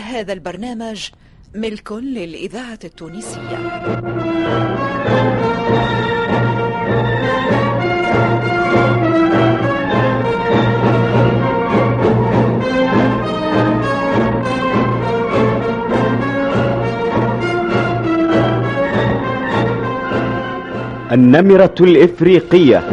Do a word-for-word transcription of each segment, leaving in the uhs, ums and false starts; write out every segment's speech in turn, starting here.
هذا البرنامج ملك للإذاعة التونسية. النمرة الإفريقية.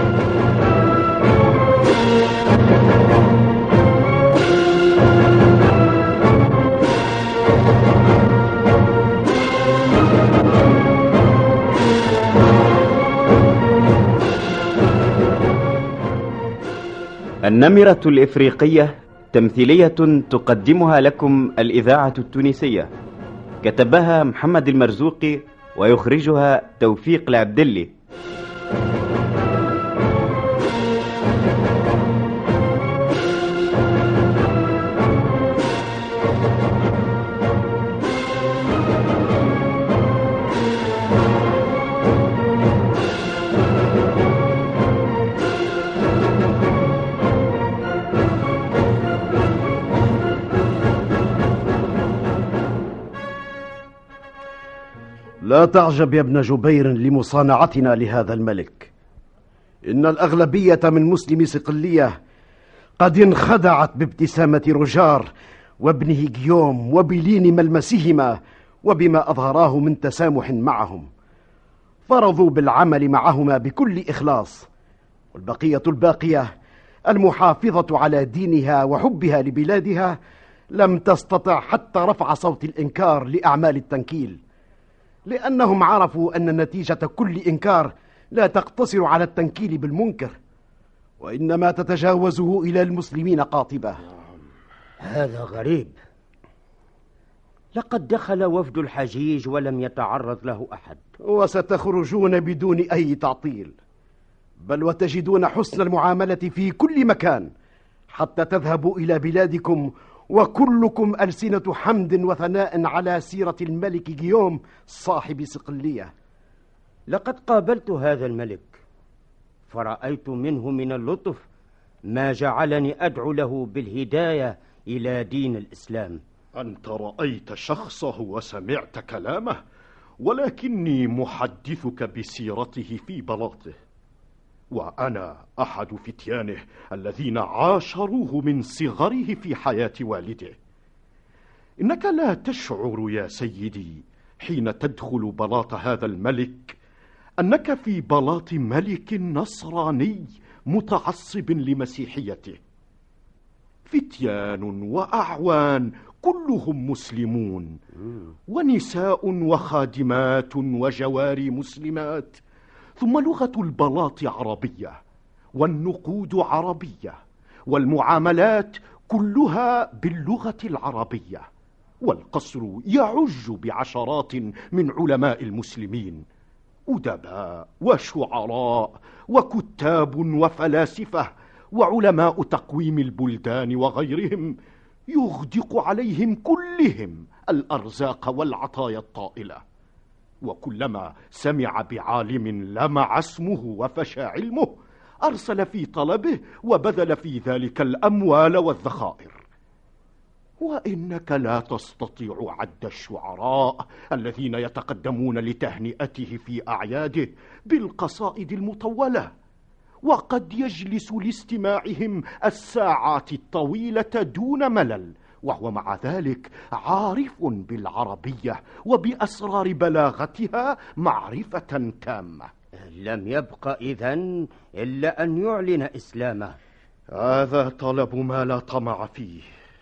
النمرة الإفريقية تمثيلية تقدمها لكم الإذاعة التونسية، كتبها محمد المرزوقي ويخرجها توفيق العبدلي. لا تعجب يا ابن جبير لمصانعتنا لهذا الملك. إن الأغلبية من مسلمي صقلية قد انخدعت بابتسامة رجار وابنه جيوم وبلين ملمسهما وبما أظهراه من تسامح معهم، فرضوا بالعمل معهما بكل إخلاص، والبقية الباقية المحافظة على دينها وحبها لبلادها لم تستطع حتى رفع صوت الإنكار لأعمال التنكيل، لأنهم عرفوا أن نتيجة كل إنكار لا تقتصر على التنكيل بالمنكر، وإنما تتجاوزه إلى المسلمين قاطبة. هذا غريب. لقد دخل وفد الحجيج ولم يتعرض له أحد، وستخرجون بدون أي تعطيل، بل وتجدون حسن المعاملة في كل مكان حتى تذهبوا إلى بلادكم وكلكم ألسنة حمد وثناء على سيرة الملك جيوم صاحب صقلية. لقد قابلت هذا الملك فرأيت منه من اللطف ما جعلني أدعو له بالهداية إلى دين الإسلام. أنت رأيت شخصه وسمعت كلامه، ولكني محدثك بسيرته في بلاطه، وأنا أحد فتيانه الذين عاشروه من صغره في حياة والده. إنك لا تشعر يا سيدي حين تدخل بلاط هذا الملك أنك في بلاط ملك نصراني متعصب لمسيحيته. فتيان وأعوان كلهم مسلمون، ونساء وخادمات وجواري مسلمات، ثم لغة البلاط عربية، والنقود عربية، والمعاملات كلها باللغة العربية، والقصر يعج بعشرات من علماء المسلمين، أدباء وشعراء وكتاب وفلاسفة وعلماء تقويم البلدان وغيرهم، يغدق عليهم كلهم الأرزاق والعطايا الطائلة. وكلما سمع بعالم لمع اسمه وفشى علمه أرسل في طلبه وبذل في ذلك الأموال والذخائر. وإنك لا تستطيع عد الشعراء الذين يتقدمون لتهنئته في أعياده بالقصائد المطولة، وقد يجلس لاستماعهم الساعات الطويلة دون ملل، وهو مع ذلك عارف بالعربية وبأسرار بلاغتها معرفة تامة. لم يبق إذن إلا أن يعلن إسلامه. هذا طلب ما لا طمع فيه.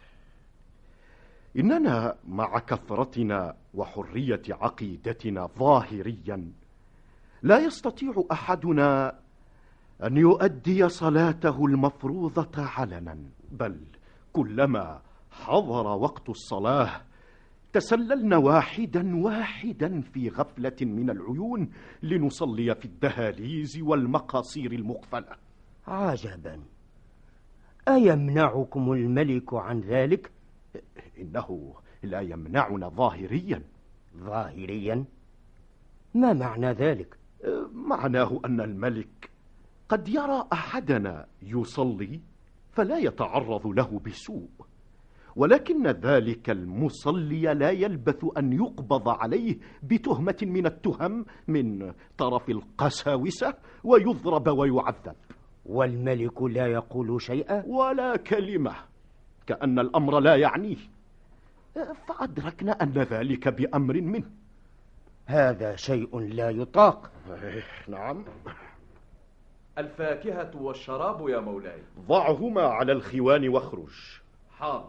إننا مع كثرتنا وحرية عقيدتنا ظاهريا لا يستطيع أحدنا أن يؤدي صلاته المفروضة علنا، بل كلما حضر وقت الصلاة تسللنا واحدا واحدا في غفلة من العيون لنصلي في الدهاليز والمقاصير المقفلة. عجبا، أيمنعكم الملك عن ذلك؟ إنه لا يمنعنا ظاهريا. ظاهريا؟ ما معنى ذلك؟ معناه أن الملك قد يرى أحدنا يصلي فلا يتعرض له بسوء، ولكن ذلك المصلي لا يلبث أن يقبض عليه بتهمة من التهم من طرف القساوسة ويضرب ويعذب. والملك لا يقول شيئا ولا كلمة، كأن الأمر لا يعنيه، فأدركنا أن ذلك بأمر منه. هذا شيء لا يطاق. نعم. الفاكهة والشراب يا مولاي. ضعهما على الخوان واخرج. حاضر.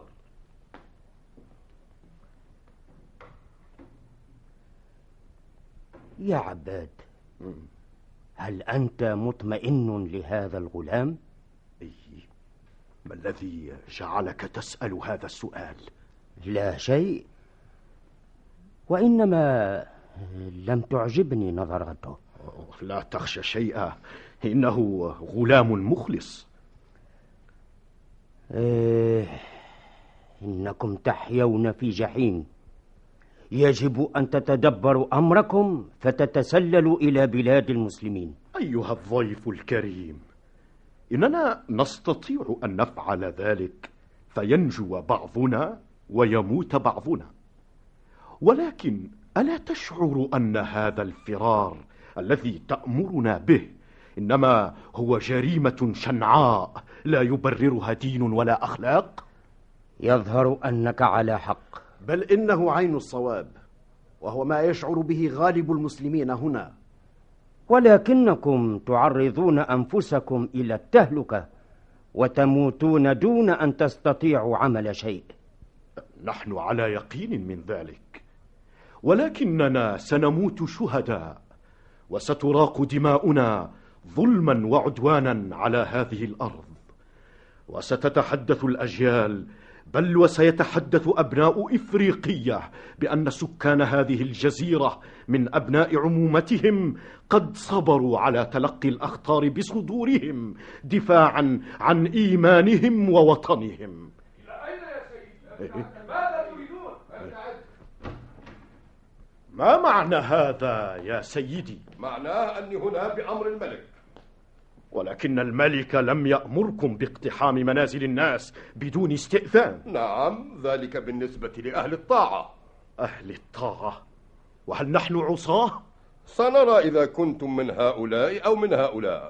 يا عباد، هل أنت مطمئن لهذا الغلام؟ إيه؟ ما الذي جعلك تسأل هذا السؤال؟ لا شيء، وإنما لم تعجبني نظراته. لا تخشى شيئا، إنه غلام مخلص. إيه، إنكم تحيون في جحيم، يجب أن تتدبروا أمركم فتتسللوا إلى بلاد المسلمين. أيها الضيف الكريم، إننا نستطيع أن نفعل ذلك فينجو بعضنا ويموت بعضنا، ولكن ألا تشعر أن هذا الفرار الذي تأمرنا به إنما هو جريمة شنعاء لا يبررها دين ولا أخلاق؟ يظهر أنك على حق، بل إنه عين الصواب، وهو ما يشعر به غالب المسلمين هنا. ولكنكم تعرضون أنفسكم إلى التهلكة وتموتون دون أن تستطيعوا عمل شيء. نحن على يقين من ذلك، ولكننا سنموت شهداء، وستراق دماؤنا ظلما وعدوانا على هذه الأرض، وستتحدث الأجيال، بل وسيتحدث أبناء إفريقية بأن سكان هذه الجزيرة من أبناء عمومتهم قد صبروا على تلقي الأخطار بصدورهم دفاعا عن إيمانهم ووطنهم. إلى أين يا سيدي؟ ماذا تريدون؟ ما معنى هذا يا سيدي؟ معناه أني هنا بأمر الملك. ولكن الملك لم يأمركم باقتحام منازل الناس بدون استئذان. نعم، ذلك بالنسبة لأهل الطاعة. أهل الطاعة؟ وهل نحن عصاه؟ سنرى إذا كنتم من هؤلاء أو من هؤلاء.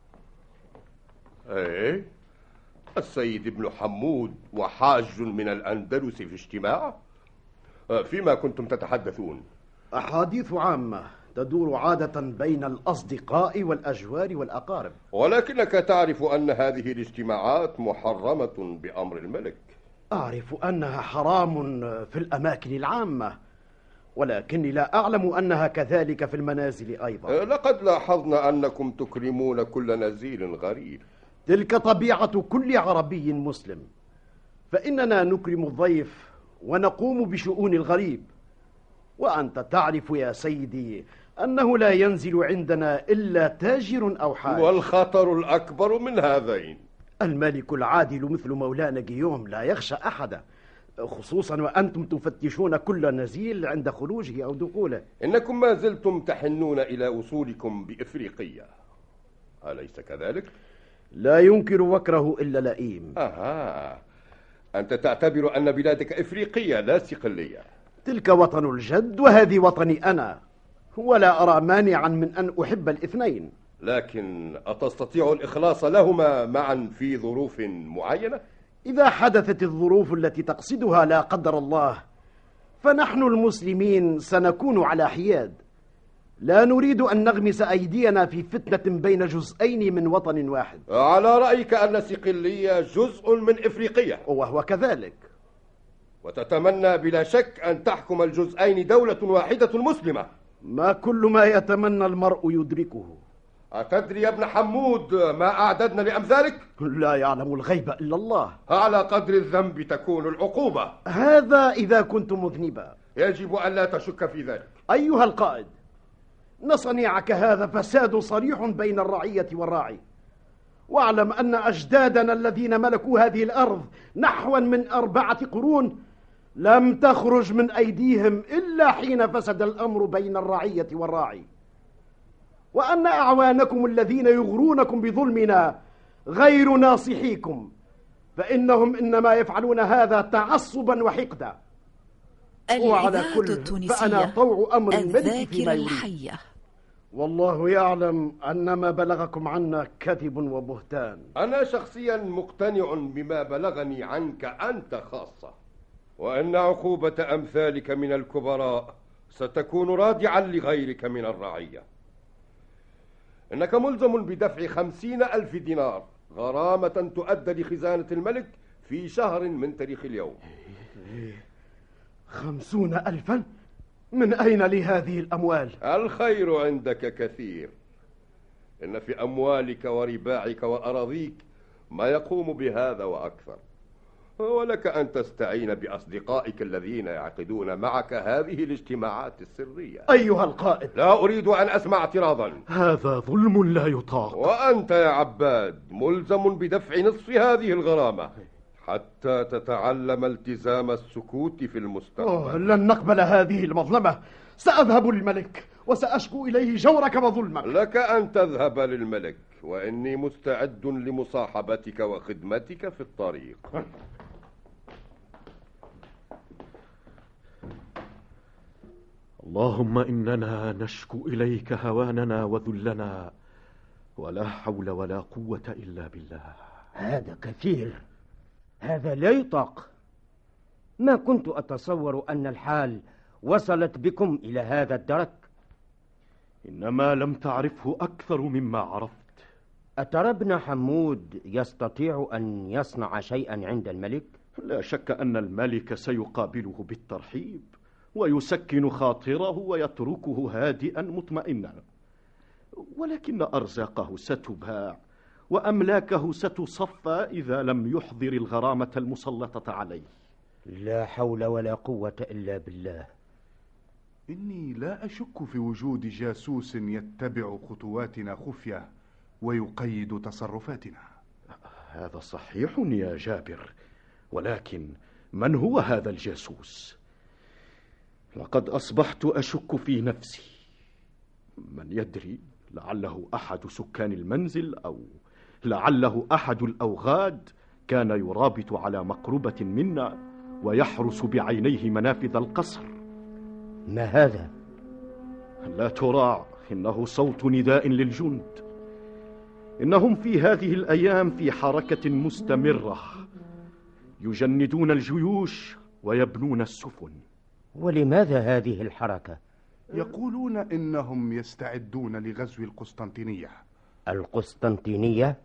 إيه؟ السيد ابن حمود وحاج من الأندلس في اجتماع؟ فيما كنتم تتحدثون؟ أحاديث عامة تدور عادة بين الأصدقاء والأجوار والأقارب. ولكنك تعرف أن هذه الاجتماعات محرمة بأمر الملك. أعرف أنها حرام في الأماكن العامة، ولكني لا أعلم أنها كذلك في المنازل أيضا. لقد لاحظنا أنكم تكرمون كل نزيل غريب. تلك طبيعة كل عربي مسلم، فإننا نكرم الضيف ونقوم بشؤون الغريب. وأنت تعرف يا سيدي أنه لا ينزل عندنا إلا تاجر أو حاج. والخطر الأكبر من هذين الملك العادل مثل مولانا جيوم لا يخشى أحدا، خصوصا وأنتم تفتشون كل نزيل عند خروجه أو دخوله. إنكم ما زلتم تحنون إلى وصولكم بإفريقية، أليس كذلك؟ لا ينكر وكره إلا لئيم. أها، أنت تعتبر أن بلادك إفريقية لا صقلية. تلك وطن الجد وهذه وطني أنا، ولا أرى مانعا من أن أحب الاثنين. لكن أتستطيع الإخلاص لهما معا في ظروف معينة؟ إذا حدثت الظروف التي تقصدها لا قدر الله، فنحن المسلمين سنكون على حياد، لا نريد أن نغمس أيدينا في فتنة بين جزئين من وطن واحد. على رأيك أن صقلية جزء من إفريقية، وهو كذلك، وتتمنى بلا شك أن تحكم الجزئين دولة واحدة مسلمة. ما كل ما يتمنى المرء يدركه. أتدري يا ابن حمود ما أعددنا لأمثالك؟ لا يعلم الغيب إلا الله. على قدر الذنب تكون العقوبة. هذا إذا كنت مذنبا. يجب أن لا تشك في ذلك. أيها القائد، إن صنيعك هذا فساد صريح بين الرعية والراعي، واعلم أن أجدادنا الذين ملكوا هذه الأرض نحوا من أربعة قرون لم تخرج من أيديهم إلا حين فسد الأمر بين الرعية والراعي، وأن أعوانكم الذين يغرونكم بظلمنا غير ناصحيكم، فإنهم إنما يفعلون هذا تعصبا وحقدا. وعلى الإذاعة كل التونسية فأنا طوع أمر الملك الذاكرة فيما يريد. الحية. والله يعلم أن ما بلغكم عنا كذب وبهتان. أنا شخصيا مقتنع بما بلغني عنك أنت خاصة، وأن عقوبة أمثالك من الكبراء ستكون رادعا لغيرك من الرعية. إنك ملزم بدفع خمسين ألف دينار غرامة تؤدى لخزانة الملك في شهر من تاريخ اليوم. خمسون ألفا؟ من أين لي هذه الأموال؟ الخير عندك كثير. إن في أموالك ورباعك وأراضيك ما يقوم بهذا وأكثر، ولك أن تستعين بأصدقائك الذين يعقدون معك هذه الاجتماعات السرية. أيها القائد، لا أريد أن أسمع اعتراضا. هذا ظلم لا يطاق. وأنت يا عباد ملزم بدفع نصف هذه الغرامة حتى تتعلم التزام السكوت في المستقبل. أوه، لن نقبل هذه المظلمة. سأذهب للملك وسأشكو إليه جورك وظلمك. لك أن تذهب للملك، وإني مستعد لمصاحبتك وخدمتك في الطريق. اللهم إننا نشكو إليك هواننا وذلنا، ولا حول ولا قوة إلا بالله. هذا كثير، هذا لا يطاق. ما كنت أتصور أن الحال وصلت بكم إلى هذا الدرك. إنما لم تعرفه أكثر مما عرفت. أترى ابن حمود يستطيع أن يصنع شيئا عند الملك؟ لا شك أن الملك سيقابله بالترحيب ويسكن خاطره ويتركه هادئا مطمئنا، ولكن أرزاقه ستباع وأملاكه ستصفى إذا لم يحضر الغرامة المسلطة عليه. لا حول ولا قوة إلا بالله. إني لا أشك في وجود جاسوس يتبع خطواتنا خفية ويقيد تصرفاتنا. هذا صحيح يا جابر، ولكن من هو هذا الجاسوس؟ لقد أصبحت أشك في نفسي. من يدري، لعله أحد سكان المنزل، أو لعله أحد الأوغاد كان يرابط على مقربة منا ويحرس بعينيه منافذ القصر. ما هذا؟ لا تراع، إنه صوت نداء للجند. إنهم في هذه الأيام في حركة مستمرة، يجندون الجيوش ويبنون السفن. ولماذا هذه الحركة؟ يقولون إنهم يستعدون لغزو القسطنطينية. القسطنطينية؟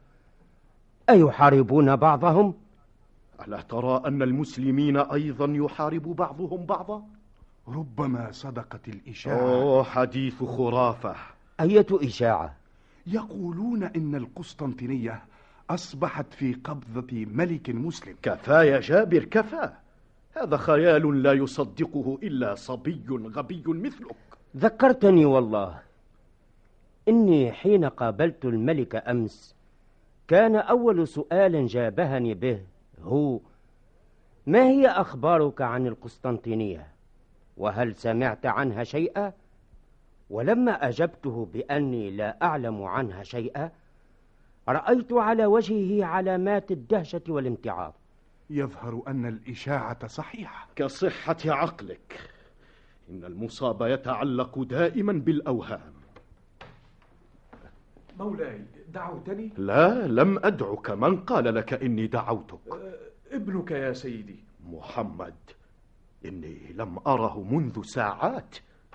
أيحاربون بعضهم؟ ألا ترى أن المسلمين أيضا يحارب بعضهم بعضا؟ ربما صدقت الإشاعة. أوه، حديث خرافة. أية إشاعة؟ يقولون إن القسطنطينية أصبحت في قبضة ملك مسلم. كفى يا جابر، كفى. هذا خيال لا يصدقه إلا صبي غبي مثلك. ذكرتني والله. إني حين قابلت الملك أمس كان أول سؤال جابهني به هو: ما هي أخبارك عن القسطنطينية؟ وهل سمعت عنها شيئا؟ ولما أجبته بأني لا أعلم عنها شيئا، رأيت على وجهه علامات الدهشة والامتعاض. يظهر أن الإشاعة صحيحة. كصحة عقلك. إن المصاب يتعلق دائما بالأوهام. مولاي، دعوتني؟ لا، لم أدعك. من قال لك إني دعوتك؟ أه ابنك يا سيدي محمد. إني لم أره منذ ساعات.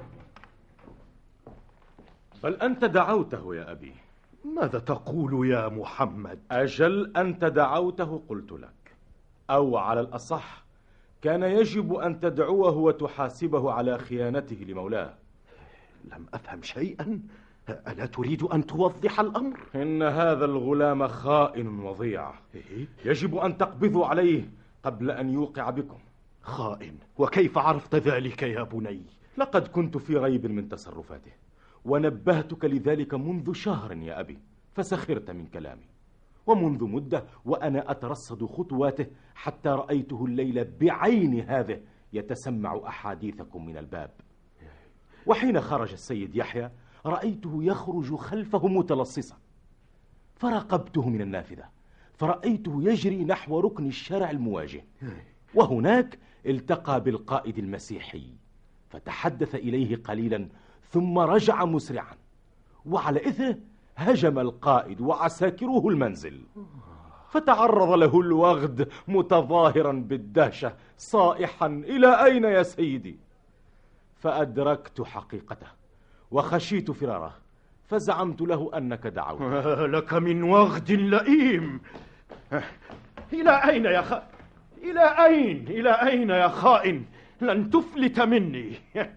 بل أنت دعوته يا أبي. ماذا تقول يا محمد؟ أجل، أنت دعوته قلت لك، أو على الأصح كان يجب أن تدعوه وتحاسبه على خيانته لمولاه. لم أفهم شيئا. ألا تريد أن توضح الأمر؟ إن هذا الغلام خائن وضيع، يجب أن تقبضوا عليه قبل أن يوقع بكم. خائن؟ وكيف عرفت ذلك يا بني؟ لقد كنت في ريب من تصرفاته، ونبهتك لذلك منذ شهر يا أبي، فسخرت من كلامي. ومنذ مدة وأنا أترصد خطواته، حتى رأيته الليلة بعين هذه يتسمع أحاديثكم من الباب. وحين خرج السيد يحيى رأيته يخرج خلفه متلصصا، فراقبته من النافذة، فرأيته يجري نحو ركن الشارع المواجه، وهناك التقى بالقائد المسيحي فتحدث إليه قليلا ثم رجع مسرعا، وعلى إثره هجم القائد وعساكره المنزل، فتعرض له الوغد متظاهرا بالدهشة صائحا: إلى أين يا سيدي؟ فأدركت حقيقته وخشيت فراره، فزعمت له أنك دعوت. لك من وغد لئيم. إلى أين يا خ... إلى أين إلى أين يا خائن؟ لن تفلت مني.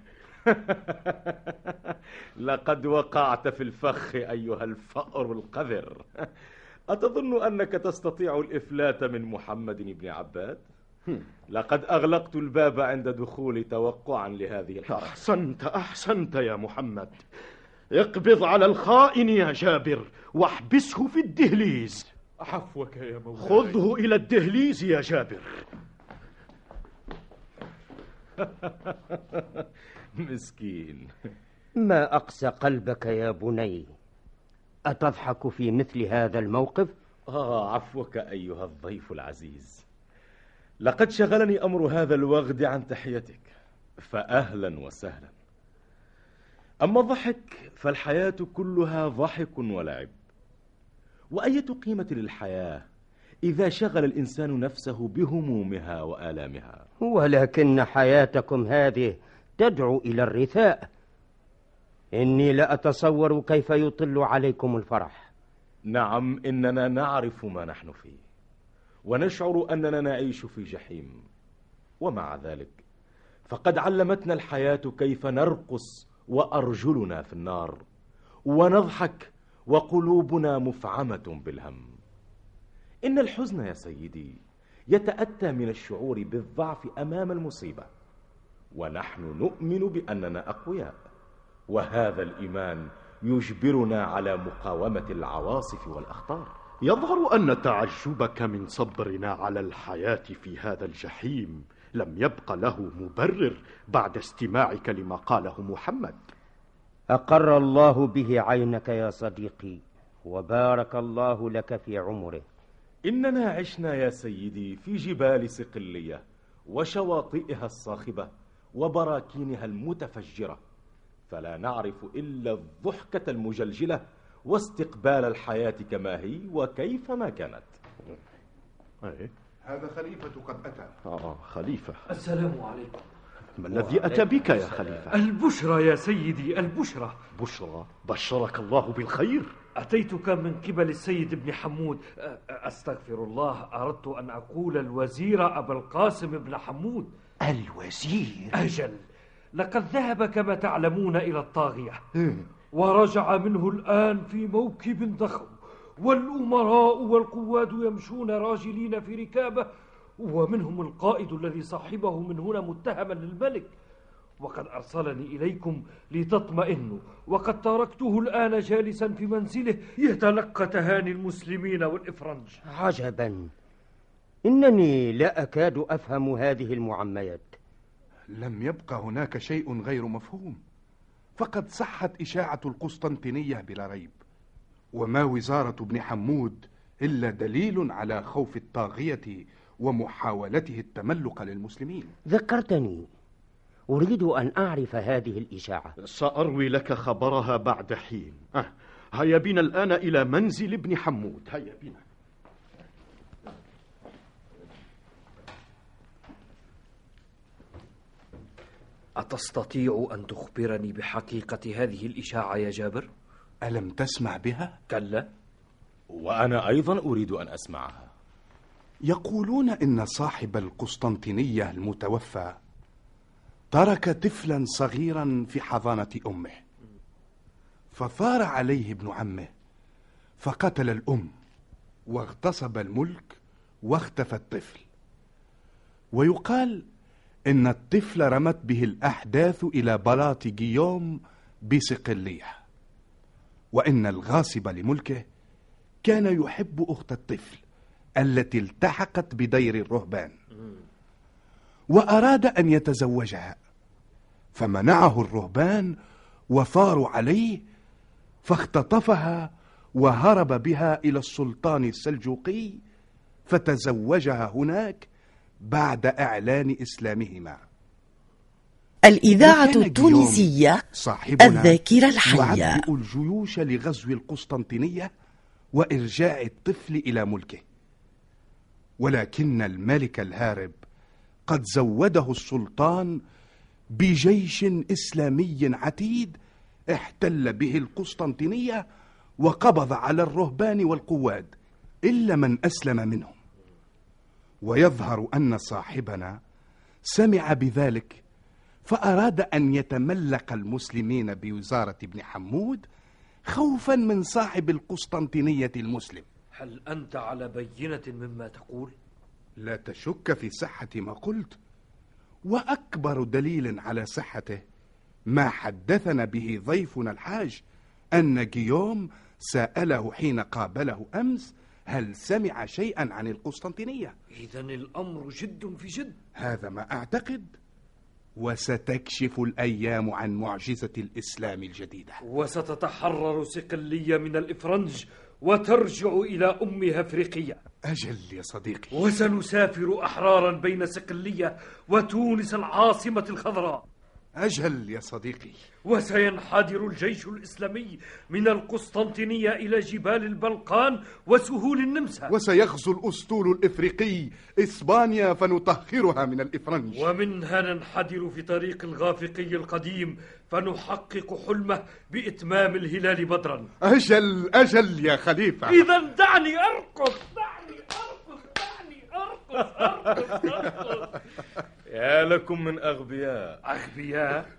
لقد وقعت في الفخ أيها الفأر القذر. أتظن أنك تستطيع الإفلات من محمد بن عباد؟ لقد أغلقت الباب عند دخولي توقعا لهذه الحرب. أحسنت أحسنت يا محمد. اقبض على الخائن يا جابر واحبسه في الدهليز. عفوك يا مولاي. خذه إلى الدهليز يا جابر. مسكين. ما أقسى قلبك يا بني، أتضحك في مثل هذا الموقف؟ آه عفوك أيها الضيف العزيز، لقد شغلني أمر هذا الوغد عن تحيتك، فأهلا وسهلا. أما الضحك فالحياة كلها ضحك ولعب، وأية قيمة للحياة إذا شغل الإنسان نفسه بهمومها وآلامها. ولكن حياتكم هذه تدعو إلى الرثاء. إني لا أتصور كيف يطل عليكم الفرح. نعم، إننا نعرف ما نحن فيه ونشعر أننا نعيش في جحيم، ومع ذلك فقد علمتنا الحياة كيف نرقص وأرجلنا في النار ونضحك وقلوبنا مفعمة بالهم. إن الحزن يا سيدي يتأتى من الشعور بالضعف أمام المصيبة، ونحن نؤمن بأننا أقوياء، وهذا الإيمان يجبرنا على مقاومة العواصف والأخطار. يظهر أن تعجبك من صبرنا على الحياة في هذا الجحيم لم يبق له مبرر بعد استماعك لما قاله محمد. أقر الله به عينك يا صديقي، وبارك الله لك في عمره. إننا عشنا يا سيدي في جبال صقلية وشواطئها الصاخبة وبراكينها المتفجرة، فلا نعرف إلا الضحكة المجلجلة واستقبال الحياة كما هي وكيف ما كانت. أيه؟ هذا خليفة قد أتى. آه خليفة. السلام عليكم. ما الذي أتى بك يا خليفة؟ البشرى يا سيدي، البشرى. بشرى؟ بشرك الله بالخير. أتيتك من قبل السيد ابن حمود. أستغفر الله، أردت أن أقول الوزير أبا القاسم بن حمود. الوزير؟ أجل، لقد ذهب كما تعلمون إلى الطاغية ورجع منه الآن في موكب ضخم، والأمراء والقواد يمشون راجلين في ركابه، ومنهم القائد الذي صاحبه من هنا متهما للملك، وقد أرسلني إليكم لتطمئنوا، وقد تركته الآن جالسا في منزله يتلقى تهاني المسلمين والإفرنج. عجبا، إنني لا أكاد أفهم هذه المعميات. لم يبق هناك شيء غير مفهوم، فقد صحت إشاعة القسطنطينية بلا ريب، وما وزارة ابن حمود إلا دليل على خوف الطاغية ومحاولته التملق للمسلمين. ذكرتني، أريد أن أعرف هذه الإشاعة. سأروي لك خبرها بعد حين. أه. هيا بنا الآن إلى منزل ابن حمود. هيا بنا. أتستطيع أن تخبرني بحقيقة هذه الإشاعة يا جابر؟ ألم تسمع بها؟ كلا. وأنا أيضا أريد أن أسمعها. يقولون إن صاحب القسطنطينية المتوفى ترك طفلا صغيرا في حضانة أمه، فثار عليه ابن عمه فقتل الأم واغتصب الملك واختفى الطفل. ويقال إن الطفل رمت به الأحداث إلى بلاط جيوم بصقلية، وإن الغاصب لملكه كان يحب أخت الطفل التي التحقت بدير الرهبان، وأراد أن يتزوجها، فمنعه الرهبان وثاروا عليه فاختطفها وهرب بها إلى السلطان السلجوقي فتزوجها هناك بعد إعلان إسلامهما. الإذاعة التونسية الذاكرة الحية يعبئ الجيوش لغزو القسطنطينية وإرجاع الطفل إلى ملكه، ولكن الملك الهارب قد زوده السلطان بجيش إسلامي عتيد احتل به القسطنطينية وقبض على الرهبان والقواد إلا من أسلم منهم. ويظهر أن صاحبنا سمع بذلك فأراد أن يتملق المسلمين بوزارة ابن حمود خوفا من صاحب القسطنطينية المسلم. هل أنت على بينة مما تقول؟ لا تشك في صحة ما قلت، وأكبر دليل على صحته ما حدثنا به ضيفنا الحاج أن جيوم سأله حين قابله أمس هل سمع شيئا عن القسطنطينية. إذن الأمر جد في جد. هذا ما أعتقد، وستكشف الأيام عن معجزة الإسلام الجديدة، وستتحرر صقلية من الإفرنج وترجع إلى أمها أفريقيا. أجل يا صديقي. وسنسافر أحرارا بين صقلية وتونس العاصمة الخضراء. أجل يا صديقي. وسينحدر الجيش الإسلامي من القسطنطينية إلى جبال البلقان وسهول النمسا، وسيغزو الأسطول الإفريقي إسبانيا فنطهرها من الإفرنج، ومنها ننحدر في طريق الغافقي القديم فنحقق حلمه بإتمام الهلال بدرا. أجل أجل يا خليفة. إذا دعني أرقص دعني أرقص دعني أرقص أرقص أرقص. يا لكم من أغبياء. أغبياء؟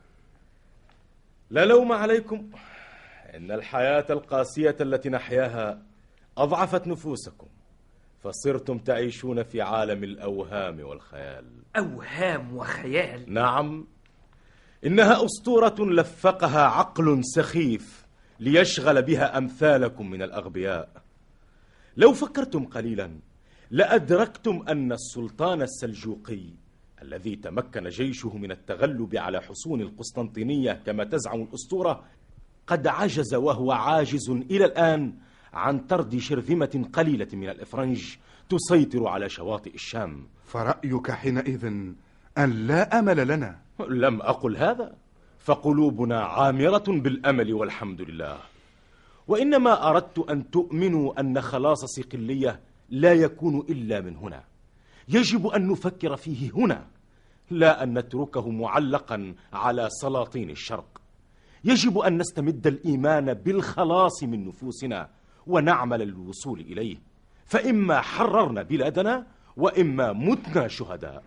لا لوم عليكم، إن الحياة القاسية التي نحياها أضعفت نفوسكم، فصرتم تعيشون في عالم الأوهام والخيال. أوهام وخيال؟ نعم، إنها أسطورة لفقها عقل سخيف ليشغل بها أمثالكم من الأغبياء. لو فكرتم قليلا لأدركتم أن السلطان السلجوقي الذي تمكن جيشه من التغلب على حصون القسطنطينية كما تزعم الأسطورة قد عجز، وهو عاجز إلى الآن، عن طرد شرذمة قليلة من الإفرنج تسيطر على شواطئ الشام. فرأيك حينئذ أن لا أمل لنا؟ لم أقل هذا، فقلوبنا عامرة بالأمل والحمد لله، وإنما أردت أن تؤمنوا أن خلاص صقلية لا يكون إلا من هنا. يجب أن نفكر فيه هنا، لا أن نتركه معلقا على سلاطين الشرق. يجب أن نستمد الإيمان بالخلاص من نفوسنا ونعمل للوصول إليه، فإما حررنا بلادنا وإما متنا شهداء.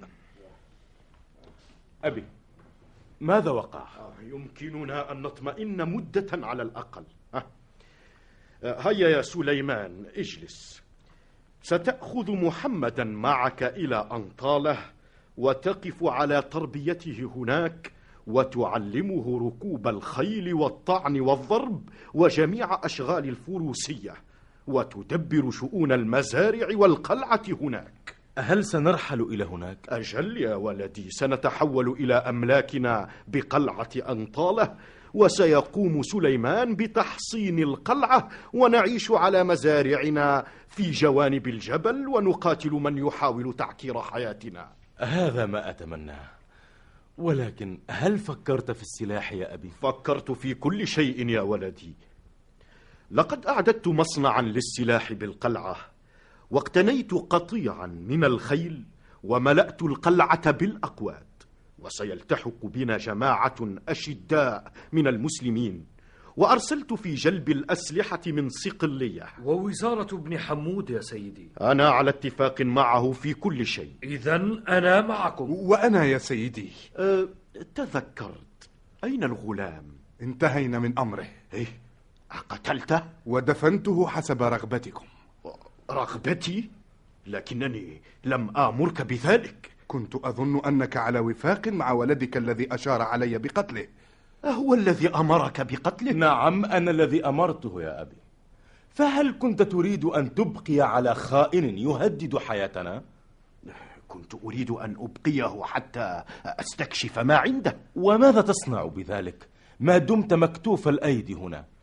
أبي، ماذا وقع؟ يمكننا أن نطمئن مدة على الأقل. هيا يا سليمان اجلس. ستأخذ محمدا معك إلى أنطالة وتقف على تربيته هناك وتعلمه ركوب الخيل والطعن والضرب وجميع أشغال الفروسية، وتدبر شؤون المزارع والقلعة هناك. هل سنرحل إلى هناك؟ أجل يا ولدي، سنتحول إلى أملاكنا بقلعة أنطالة، وسيقوم سليمان بتحصين القلعة، ونعيش على مزارعنا في جوانب الجبل ونقاتل من يحاول تعكير حياتنا. هذا ما أتمناه، ولكن هل فكرت في السلاح يا أبي؟ فكرت في كل شيء يا ولدي. لقد أعددت مصنعا للسلاح بالقلعة، واقتنيت قطيعا من الخيل، وملأت القلعة بالأقواد، وسيلتحق بنا جماعة أشداء من المسلمين، وأرسلت في جلب الأسلحة من صقلية. ووزارة ابن حمود يا سيدي؟ أنا على اتفاق معه في كل شيء. إذن أنا معكم. وأنا يا سيدي. أه تذكرت، أين الغلام؟ انتهينا من أمره. إيه؟ قتلته؟ ودفنته حسب رغبتكم. رغبتي؟ لكنني لم آمرك بذلك. كنت أظن أنك على وفاق مع ولدك الذي أشار علي بقتله. أهو الذي أمرك بقتله؟ نعم، أنا الذي أمرته يا أبي. فهل كنت تريد أن تبقي على خائن يهدد حياتنا؟ كنت أريد أن أبقيه حتى أستكشف ما عنده. وماذا تصنع بذلك ما دمت مكتوف الأيدي هنا؟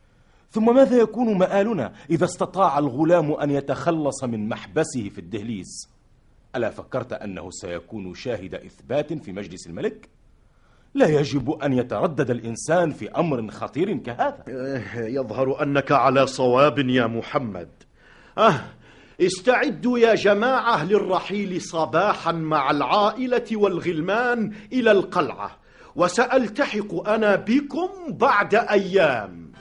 ثم ماذا يكون مآلنا إذا استطاع الغلام أن يتخلص من محبسه في الدهليز؟ ألا فكرت أنه سيكون شاهد إثبات في مجلس الملك؟ لا يجب أن يتردد الإنسان في أمر خطير كهذا. يظهر أنك على صواب يا محمد. أه استعدوا يا جماعة للرحيل صباحا مع العائلة والغلمان إلى القلعة، وسألتحق أنا بكم بعد أيام.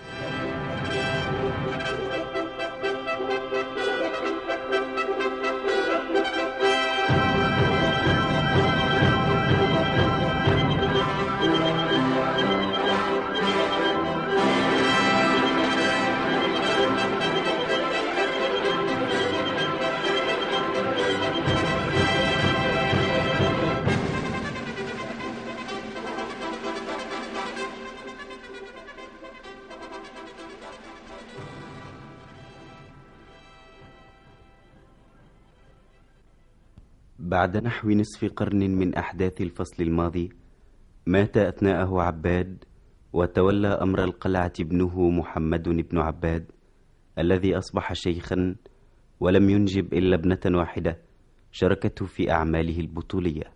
بعد نحو نصف قرن من أحداث الفصل الماضي، مات أثناءه عباد، وتولى أمر القلعة ابنه محمد بن عباد، الذي أصبح شيخا ولم ينجب إلا ابنة واحدة شاركته في أعماله البطولية.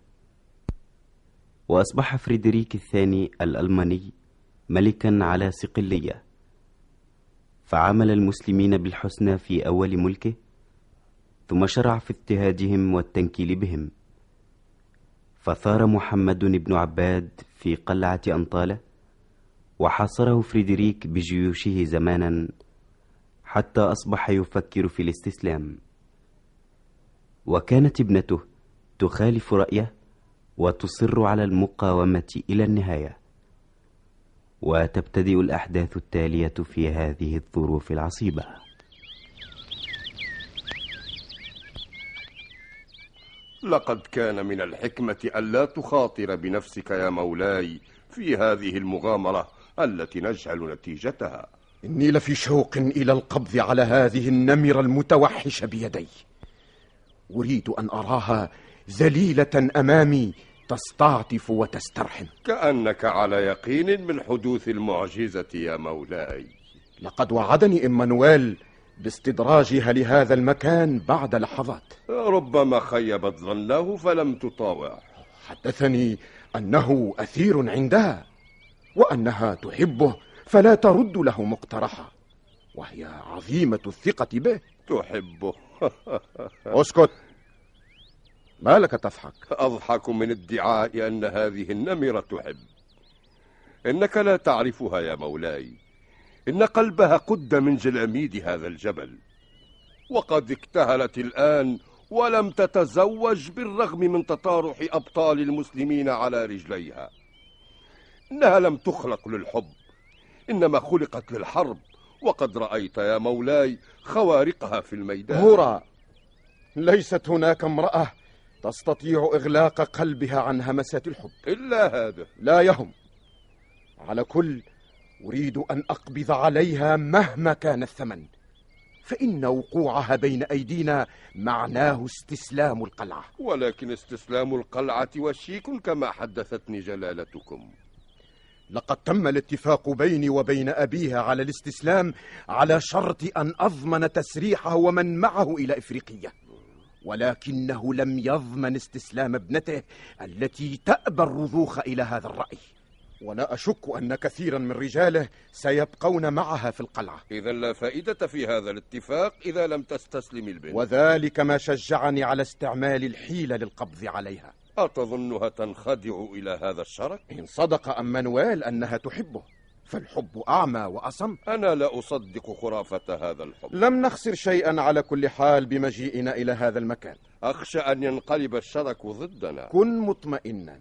وأصبح فريدريك الثاني الألماني ملكا على صقلية، فعامل المسلمين بالحسنى في أول ملكه، ثم شرع في اضطهادهم والتنكيل بهم. فثار محمد بن عباد في قلعة أنطالة، وحاصره فريدريك بجيوشه زمانا حتى أصبح يفكر في الاستسلام. وكانت ابنته تخالف رأيه وتصر على المقاومة إلى النهاية. وتبتدئ الأحداث التالية في هذه الظروف العصيبة. لقد كان من الحكمة ألا تخاطر بنفسك يا مولاي في هذه المغامرة التي نجهل نتيجتها. إني لفي شوق إلى القبض على هذه النمرة المتوحشة بيدي. أريد أن أراها ذليلة أمامي تستعطف وتسترحم. كأنك على يقين من حدوث المعجزة يا مولاي. لقد وعدني إمانويل باستدراجها لهذا المكان بعد لحظات. ربما خيبت ظنه فلم تطاوع. حدثني أنه أثير عندها، وأنها تحبه فلا ترد له مقترحا، وهي عظيمة الثقة به. تحبه؟ اسكت، ما لك تضحك؟ أضحك من ادعاء أن هذه النمرة تحب. إنك لا تعرفها يا مولاي. إن قلبها قد من جلاميد هذا الجبل، وقد اكتهلت الآن ولم تتزوج بالرغم من تطارح أبطال المسلمين على رجليها. إنها لم تخلق للحب، إنما خلقت للحرب، وقد رأيت يا مولاي خوارقها في الميدان. هورا، ليست هناك امرأة تستطيع إغلاق قلبها عن همسات الحب إلا هذا. لا يهم. على كل، أريد أن أقبض عليها مهما كان الثمن، فإن وقوعها بين أيدينا معناه استسلام القلعة. ولكن استسلام القلعة وشيك كما حدثتني جلالتكم. لقد تم الاتفاق بيني وبين أبيها على الاستسلام على شرط أن أضمن تسريحه ومن معه إلى إفريقية، ولكنه لم يضمن استسلام ابنته التي تأبى الرضوخ إلى هذا الرأي. ولا أشك أن كثيرا من رجاله سيبقون معها في القلعة. إذا لا فائدة في هذا الاتفاق إذا لم تستسلم البنت. وذلك ما شجعني على استعمال الحيلة للقبض عليها. أتظنها تنخدع إلى هذا الشرك؟ إن صدق أمانويل أنها تحبه، فالحب أعمى وأصم. أنا لا أصدق خرافة هذا الحب. لم نخسر شيئا على كل حال بمجيئنا إلى هذا المكان. أخشى أن ينقلب الشرك ضدنا. كن مطمئنا،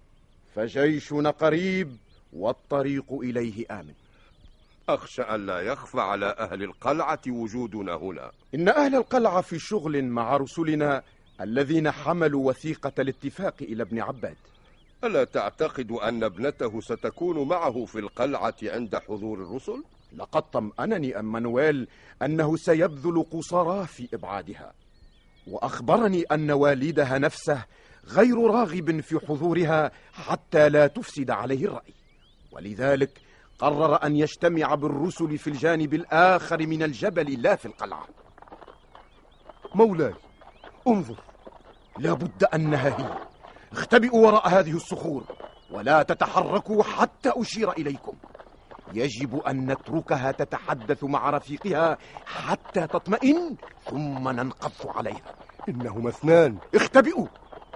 فجيشنا قريب والطريق إليه آمن. أخشى أن لا يخفى على أهل القلعة وجودنا هنا. إن أهل القلعة في شغل مع رسلنا الذين حملوا وثيقة الاتفاق إلى ابن عباد. ألا تعتقد أن ابنته ستكون معه في القلعة عند حضور الرسل؟ لقد طمأنني أمانويل أنه سيبذل قصاراه في إبعادها، وأخبرني أن والدها نفسه غير راغب في حضورها حتى لا تفسد عليه الرأي، ولذلك قرر أن يجتمع بالرسل في الجانب الآخر من الجبل لا في القلعة. مولاي انظر، لا بد أنها هي. اختبئوا وراء هذه الصخور ولا تتحركوا حتى أشير إليكم. يجب أن نتركها تتحدث مع رفيقها حتى تطمئن ثم ننقض عليها. إنهما اثنان. اختبئوا.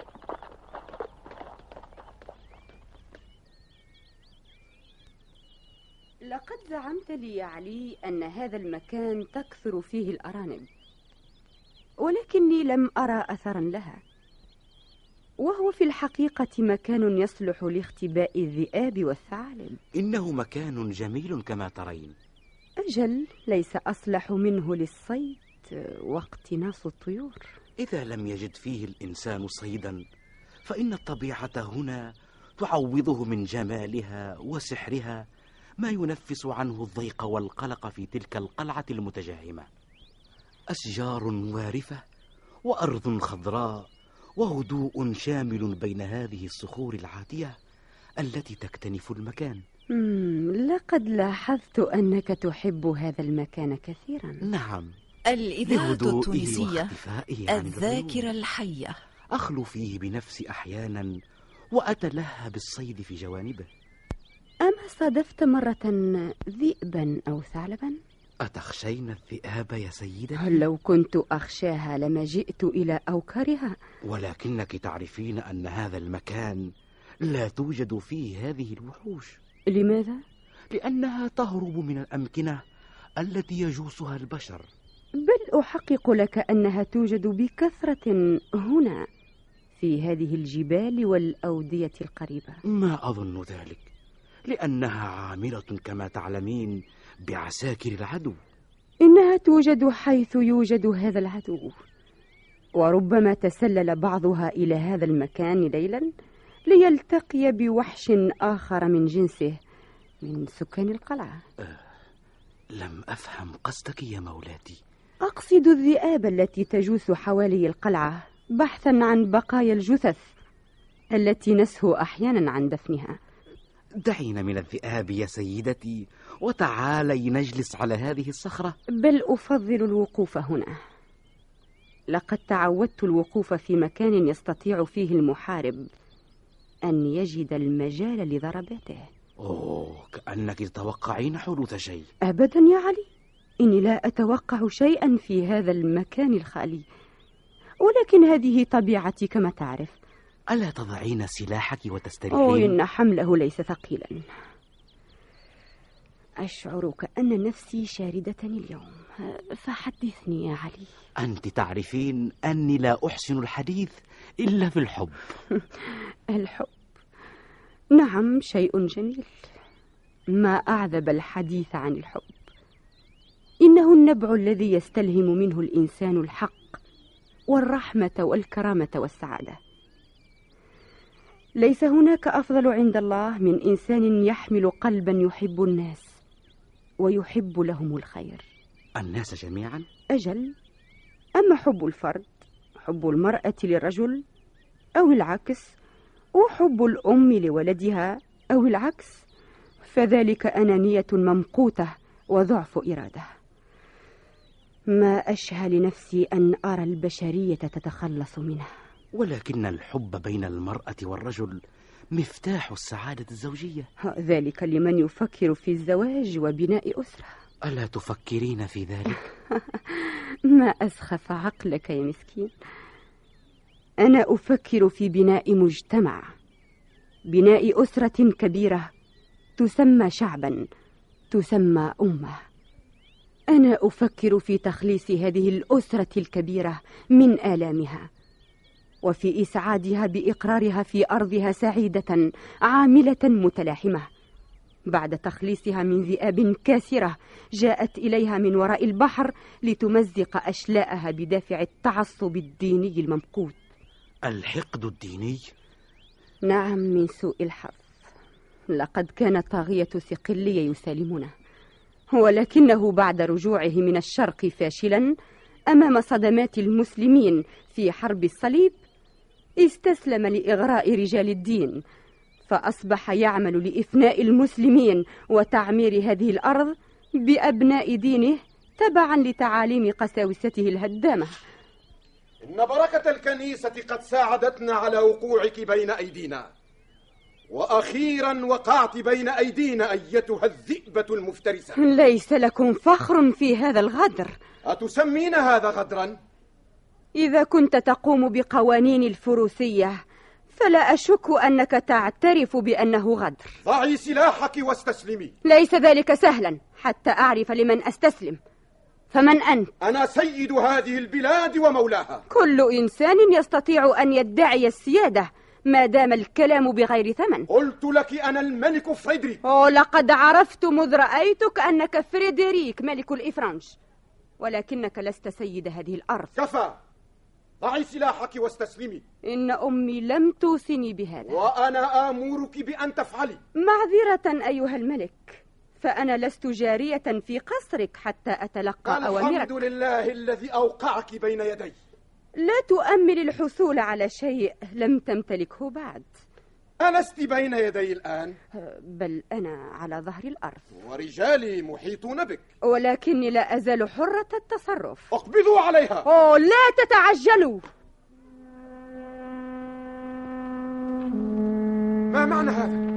لقد زعمت لي يا علي أن هذا المكان تكثر فيه الأرانب، ولكني لم أرى أثرا لها، وهو في الحقيقة مكان يصلح لاختباء الذئاب والثعالب. إنه مكان جميل كما ترين. أجل، ليس أصلح منه للصيد واقتناص الطيور. إذا لم يجد فيه الإنسان صيدا فإن الطبيعة هنا تعوضه من جمالها وسحرها ما ينفس عنه الضيق والقلق في تلك القلعة المتجهمة. أشجار وارفة وأرض خضراء وهدوء شامل بين هذه الصخور العاتية التي تكتنف المكان. لقد لاحظت أنك تحب هذا المكان كثيرا. نعم، الإذاعة التونسية الذاكرة الحية. أخلو فيه بنفسي أحيانا وأتلهى بالصيد في جوانبه. أما صادفت مرة ذئبا أو ثعلبا؟ أتخشين الذئاب يا سيدتي؟ لو كنت أخشاها لما جئت إلى أوكارها. ولكنك تعرفين أن هذا المكان لا توجد فيه هذه الوحوش. لماذا؟ لأنها تهرب من الأمكنة التي يجوسها البشر. بل أحقق لك أنها توجد بكثرة هنا في هذه الجبال والأودية القريبة. ما أظن ذلك، لأنها عامرة كما تعلمين بعساكر العدو. إنها توجد حيث يوجد هذا العدو، وربما تسلل بعضها إلى هذا المكان ليلا ليلتقي بوحش آخر من جنسه من سكان القلعة. أه لم أفهم قصدك يا مولاتي. أقصد الذئاب التي تجوس حوالي القلعة بحثا عن بقايا الجثث التي نسهو أحيانا عن دفنها. دعينا من الذئاب يا سيدتي وتعالي نجلس على هذه الصخرة. بل أفضل الوقوف هنا. لقد تعودت الوقوف في مكان يستطيع فيه المحارب أن يجد المجال لضربته. أوه، كأنك تتوقعين حدوث شيء. أبدا يا علي، إني لا أتوقع شيئا في هذا المكان الخالي، ولكن هذه طبيعتي كما تعرف. ألا تضعين سلاحك وتستريحين؟ أوه، إن حمله ليس ثقيلا. أشعر كأن نفسي شاردة اليوم، فحدثني يا علي. أنت تعرفين أني لا أحسن الحديث إلا في الحب. الحب، نعم، شيء جميل. ما أعذب الحديث عن الحب. إنه النبع الذي يستلهم منه الإنسان الحق والرحمة والكرامة والسعادة. ليس هناك أفضل عند الله من إنسان يحمل قلبا يحب الناس ويحب لهم الخير. الناس جميعا؟ أجل. أما حب الفرد، حب المرأة للرجل أو العكس، وحب الأم لولدها أو العكس، فذلك أنانية ممقوتة وضعف إرادة. ما أشهى لنفسي أن أرى البشرية تتخلص منه. ولكن الحب بين المرأة والرجل مفتاح السعادة الزوجية. ذلك لمن يفكر في الزواج وبناء أسرة. ألا تفكرين في ذلك؟ ما أسخف عقلك يا مسكين. أنا أفكر في بناء مجتمع، بناء أسرة كبيرة تسمى شعبا، تسمى أمة. أنا أفكر في تخليص هذه الأسرة الكبيرة من آلامها، وفي إسعادها بإقرارها في أرضها سعيدة عاملة متلاحمة، بعد تخليصها من ذئاب كاسرة جاءت إليها من وراء البحر لتمزق أشلاءها بدافع التعصب الديني الممقوت. الحقد الديني؟ نعم، من سوء الحظ. لقد كان طاغية صقلية يسالمنا، ولكنه بعد رجوعه من الشرق فاشلا أمام صدمات المسلمين في حرب الصليب استسلم لإغراء رجال الدين، فأصبح يعمل لإفناء المسلمين وتعمير هذه الأرض بأبناء دينه تبعا لتعاليم قساوسته الهدامة. إن بركة الكنيسة قد ساعدتنا على وقوعك بين أيدينا، وأخيرا وقعت بين أيدينا أيتها الذئبة المفترسة. ليس لكم فخر في هذا الغدر. أتسمين هذا غدرا؟ إذا كنت تقوم بقوانين الفروسية فلا أشك أنك تعترف بأنه غدر. ضعي سلاحك واستسلمي. ليس ذلك سهلا حتى أعرف لمن أستسلم. فمن أنت؟ أنا سيد هذه البلاد ومولاها. كل إنسان يستطيع أن يدعي السيادة ما دام الكلام بغير ثمن. قلت لك أنا الملك فريدريك. لقد عرفت مذ رأيتك أنك فريدريك ملك الإفرنج، ولكنك لست سيد هذه الأرض. كفى، ضعي سلاحك واستسلمي. إن أمي لم توصني بهذا، وأنا آمرك بأن تفعلي. معذرة أيها الملك، فأنا لست جارية في قصرك حتى أتلقى أوامرك. الحمد لله الذي أوقعك بين يدي. لا تؤمل الحصول على شيء لم تمتلكه بعد. ألست بين يدي الآن؟ بل أنا على ظهر الأرض، ورجالي محيطون بك، ولكني لا أزال حرة التصرف. اقبضوا عليها. أوه لا تتعجلوا. ما معنى هذا؟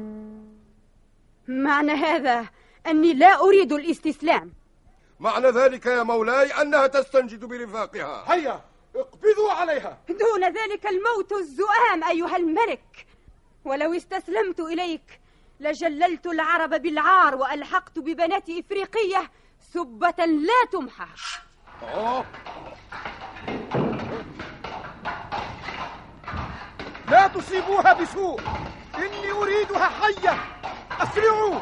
معنى هذا أني لا أريد الاستسلام. معنى ذلك يا مولاي أنها تستنجد برفاقها. هيا اقبضوا عليها. دون ذلك الموت الزؤام أيها الملك. ولو استسلمت إليك لجللت العرب بالعار وألحقت ببنات إفريقية سبة لا تمحى. أوه. لا تصيبوها بسوء، إني أريدها حية. أسرعوا.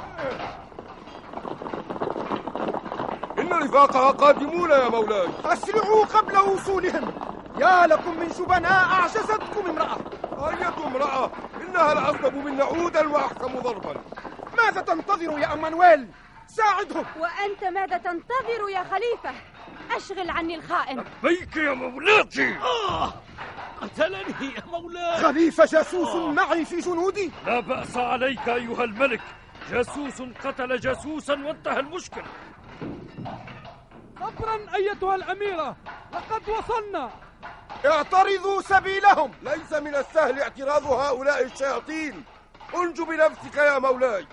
إن رفاقها قادمون يا مولاي. أسرعوا قبل وصولهم. يا لكم من شبناء أعجزتكم امرأة. أية امرأة؟ إنها الأغضب منا عودا وأحكم ضربا. ماذا تنتظر يا أمانويل؟ ساعدهم. وأنت ماذا تنتظر يا خليفة؟ أشغل عني الخائن. لبيك يا مولاتي. آه قتلني يا مولاي. خليفة جاسوس آه. معي في جنودي. لا بأس عليك أيها الملك، جاسوس قتل جاسوسا وانتهى المشكل. صبرا أيتها الأميرة، لقد وصلنا. اعترضوا سبيلهم. ليس من السهل اعتراض هؤلاء الشياطين. انجو بنفسك يا مولاي.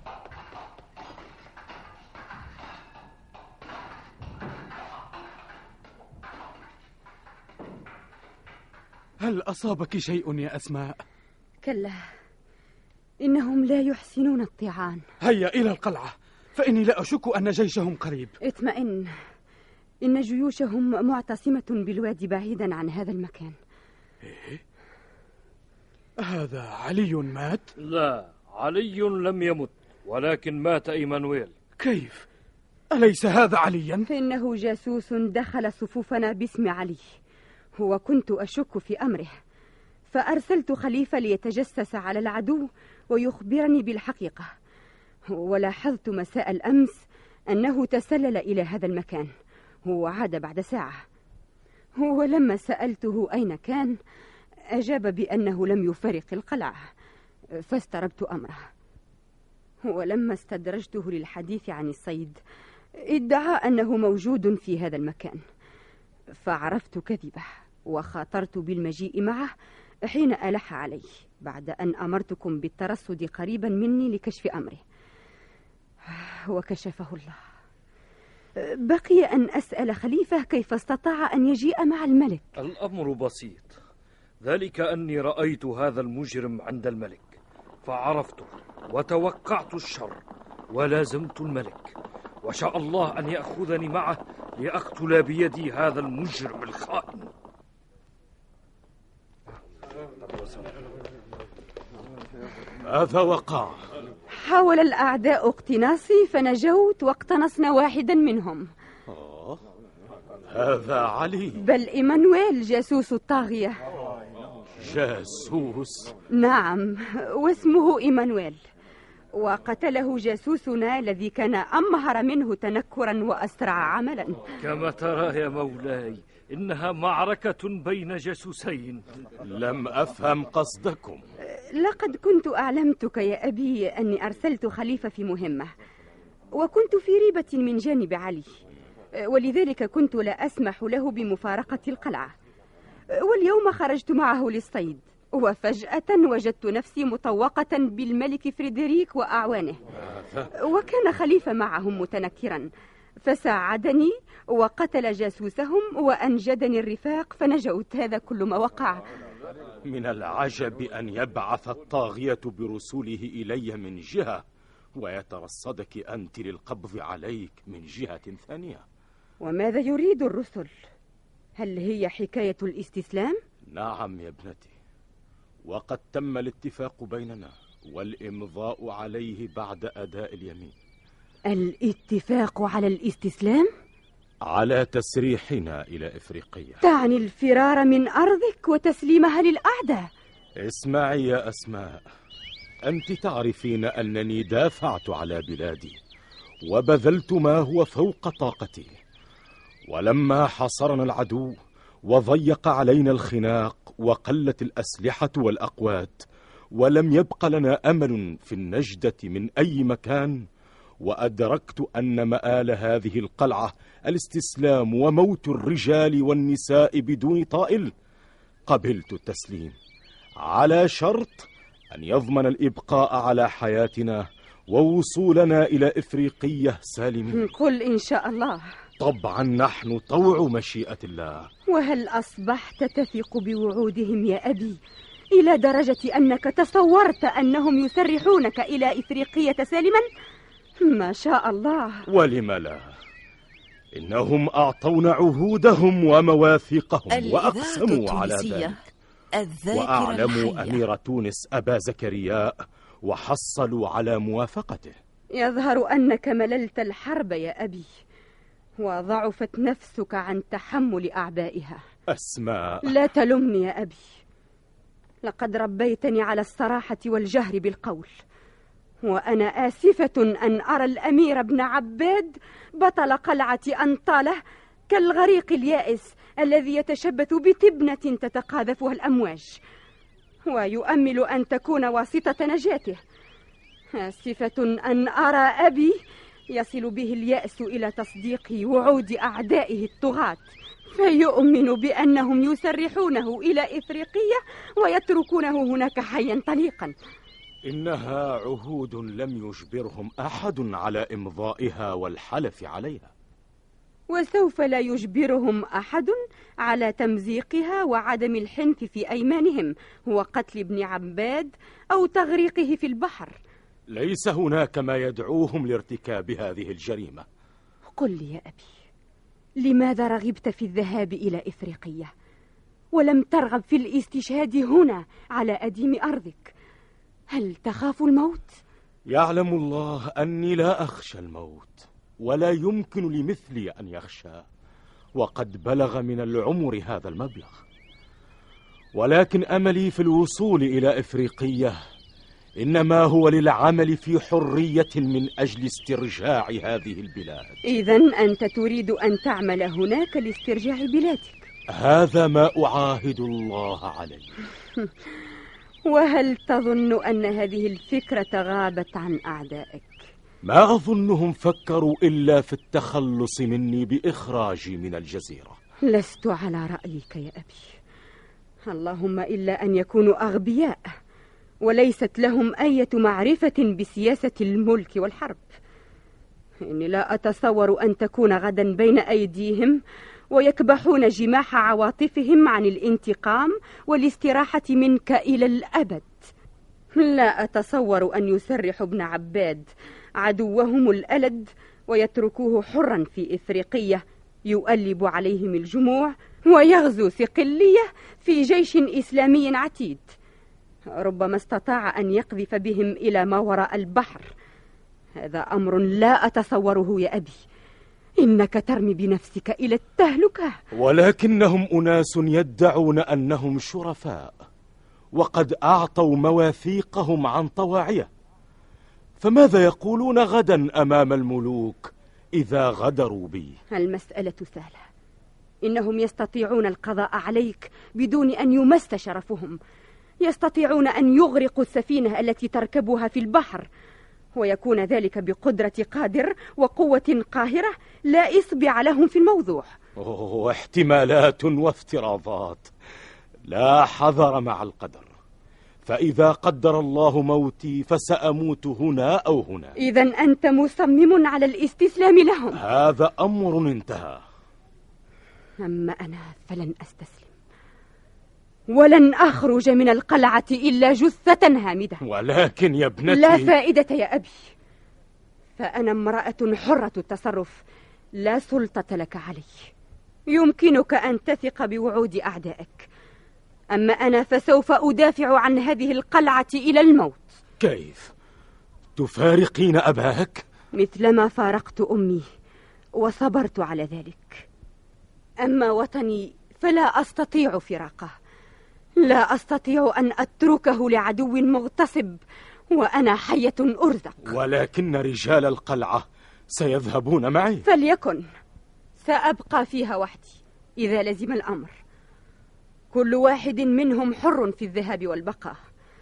هل أصابك شيء يا أسماء؟ كلا، إنهم لا يحسنون الطعان. هيا إلى القلعة، فإني لا أشك أن جيشهم قريب. اطمئن، إن جيوشهم معتصمة بالوادي بعيدا عن هذا المكان. إيه؟ هذا علي مات؟ لا، علي لم يمت، ولكن مات إيمانويل. كيف؟ أليس هذا عليا؟ فإنه جاسوس دخل صفوفنا باسم علي، وكنت أشك في أمره، فأرسلت خليفة ليتجسس على العدو ويخبرني بالحقيقة. ولاحظت مساء الأمس أنه تسلل إلى هذا المكان وعاد بعد ساعة. ولما سألته أين كان أجاب بأنه لم يفارق القلعة، فاستربت أمره. ولما استدرجته للحديث عن الصيد ادعى أنه موجود في هذا المكان، فعرفت كذبه وخاطرت بالمجيء معه حين ألح عليه بعد أن أمرتكم بالترصد قريبا مني لكشف أمره، وكشفه الله. بقي أن أسأل خليفة كيف استطاع أن يجيء مع الملك. الأمر بسيط، ذلك أني رأيت هذا المجرم عند الملك فعرفته وتوقعت الشر ولازمت الملك، وشاء الله أن يأخذني معه لأقتل بيدي هذا المجرم الخائن. ماذا وقع؟ حاول الأعداء اقتناصي فنجوت واقتنصنا واحدا منهم. آه، هذا علي. بل إيمانويل جاسوس الطاغية. جاسوس؟ نعم، واسمه إيمانويل، وقتله جاسوسنا الذي كان أمهر منه تنكرا وأسرع عملا. كما ترى يا مولاي، إنها معركة بين جاسوسين. لم أفهم قصدكم. لقد كنت أعلمتك يا أبي أني أرسلت خليفة في مهمة، وكنت في ريبة من جانب علي، ولذلك كنت لا أسمح له بمفارقة القلعة. واليوم خرجت معه للصيد، وفجأة وجدت نفسي مطوقة بالملك فريدريك وأعوانه، وكان خليفة معهم متنكرا، فساعدني وقتل جاسوسهم وأنجدني الرفاق فنجوت. هذا كل ما وقع. من العجب أن يبعث الطاغية برسوله إلي من جهة، ويترصدك أنت للقبض عليك من جهة ثانية. وماذا يريد الرسل؟ هل هي حكاية الاستسلام؟ نعم يا ابنتي، وقد تم الاتفاق بيننا والإمضاء عليه بعد أداء اليمين. الاتفاق على الاستسلام؟ على تسريحنا إلى إفريقيا. تعني الفرار من أرضك وتسليمها للأعداء. اسمعي يا أسماء، أنت تعرفين أنني دافعت على بلادي وبذلت ما هو فوق طاقتي، ولما حصرنا العدو وضيق علينا الخناق وقلت الأسلحة والأقوات ولم يبق لنا أمل في النجدة من أي مكان، وأدركت أن مآل هذه القلعة الاستسلام وموت الرجال والنساء بدون طائل، قبلت التسليم على شرط أن يضمن الإبقاء على حياتنا ووصولنا إلى إفريقية سالمين. قل إن شاء الله. طبعا نحن طوع مشيئة الله. وهل أصبحت تثق بوعودهم يا أبي إلى درجة أنك تصورت أنهم يسرحونك إلى إفريقية سالما؟ ما شاء الله. ولم لا؟ إنهم أعطونا عهودهم ومواثيقهم وأقسموا على ذلك، وأعلموا أمير تونس أبا زكرياء وحصلوا على موافقته. يظهر أنك مللت الحرب يا أبي، وضعفت نفسك عن تحمل أعبائها. أسماء، لا تلمني يا أبي، لقد ربيتني على الصراحة والجهر بالقول، وأنا آسفة أن أرى الأمير ابن عباد بطل قلعة أنطالة كالغريق اليائس الذي يتشبث بتبنة تتقاذفها الأمواج ويؤمل أن تكون واسطة نجاته. آسفة أن أرى أبي يصل به اليأس إلى تصديق وعود أعدائه الطغاة، فيؤمن بأنهم يسرحونه إلى إفريقية ويتركونه هناك حيا طليقا. إنها عهود لم يجبرهم أحد على إمضائها والحلف عليها، وسوف لا يجبرهم أحد على تمزيقها وعدم الحنث في أيمانهم وقتل ابن عباد أو تغريقه في البحر. ليس هناك ما يدعوهم لارتكاب هذه الجريمة. قل لي يا أبي، لماذا رغبت في الذهاب إلى إفريقية ولم ترغب في الاستشهاد هنا على أديم أرضك؟ هل تخاف الموت؟ يعلم الله أني لا أخشى الموت، ولا يمكن لمثلي أن يخشى، وقد بلغ من العمر هذا المبلغ، ولكن أملي في الوصول إلى إفريقية إنما هو للعمل في حرية من أجل استرجاع هذه البلاد. إذن أنت تريد أن تعمل هناك لاسترجاع بلادك؟ هذا ما أعاهد الله عليه. وهل تظن أن هذه الفكرة غابت عن أعدائك؟ ما أظنهم فكروا إلا في التخلص مني بإخراجي من الجزيرة. لست على رأيك يا أبي، اللهم إلا أن يكونوا أغبياء وليست لهم أي معرفة بسياسة الملك والحرب. إني لا أتصور أن تكون غدا بين أيديهم ويكبحون جماح عواطفهم عن الانتقام والاستراحة منك إلى الأبد. لا أتصور أن يسرحوا ابن عباد عدوهم الألد ويتركوه حرا في إفريقية يؤلب عليهم الجموع ويغزو صقلية في جيش إسلامي عتيد، ربما استطاع أن يقذف بهم إلى ما وراء البحر. هذا أمر لا أتصوره يا أبي، إنك ترمي بنفسك إلى التهلكة. ولكنهم أناس يدعون أنهم شرفاء، وقد أعطوا مواثيقهم عن طواعية، فماذا يقولون غدا أمام الملوك إذا غدروا بي؟ المسألة سهلة، إنهم يستطيعون القضاء عليك بدون أن يمس شرفهم، يستطيعون أن يغرقوا السفينة التي تركبها في البحر، ويكون ذلك بقدرة قادر وقوة قاهرة لا إصبع لهم في الموضوع. أوه، احتمالات وافتراضات، لا حذر مع القدر، فإذا قدر الله موتي فسأموت هنا أو هنا. إذن أنت مصمم على الاستسلام لهم؟ هذا أمر انتهى. أما أنا فلن أستسلم، ولن أخرج من القلعة إلا جثة هامدة. ولكن يا ابنتي، لا فائدة يا أبي، فأنا امرأة حرة التصرف، لا سلطة لك علي. يمكنك أن تثق بوعود أعدائك، أما أنا فسوف أدافع عن هذه القلعة إلى الموت. كيف؟ تفارقين أباك؟ مثلما فارقت أمي وصبرت على ذلك. أما وطني فلا أستطيع فراقه، لا أستطيع أن أتركه لعدو مغتصب وأنا حية أرزق. ولكن رجال القلعة سيذهبون معي. فليكن، سأبقى فيها وحدي إذا لزم الأمر. كل واحد منهم حر في الذهاب والبقاء.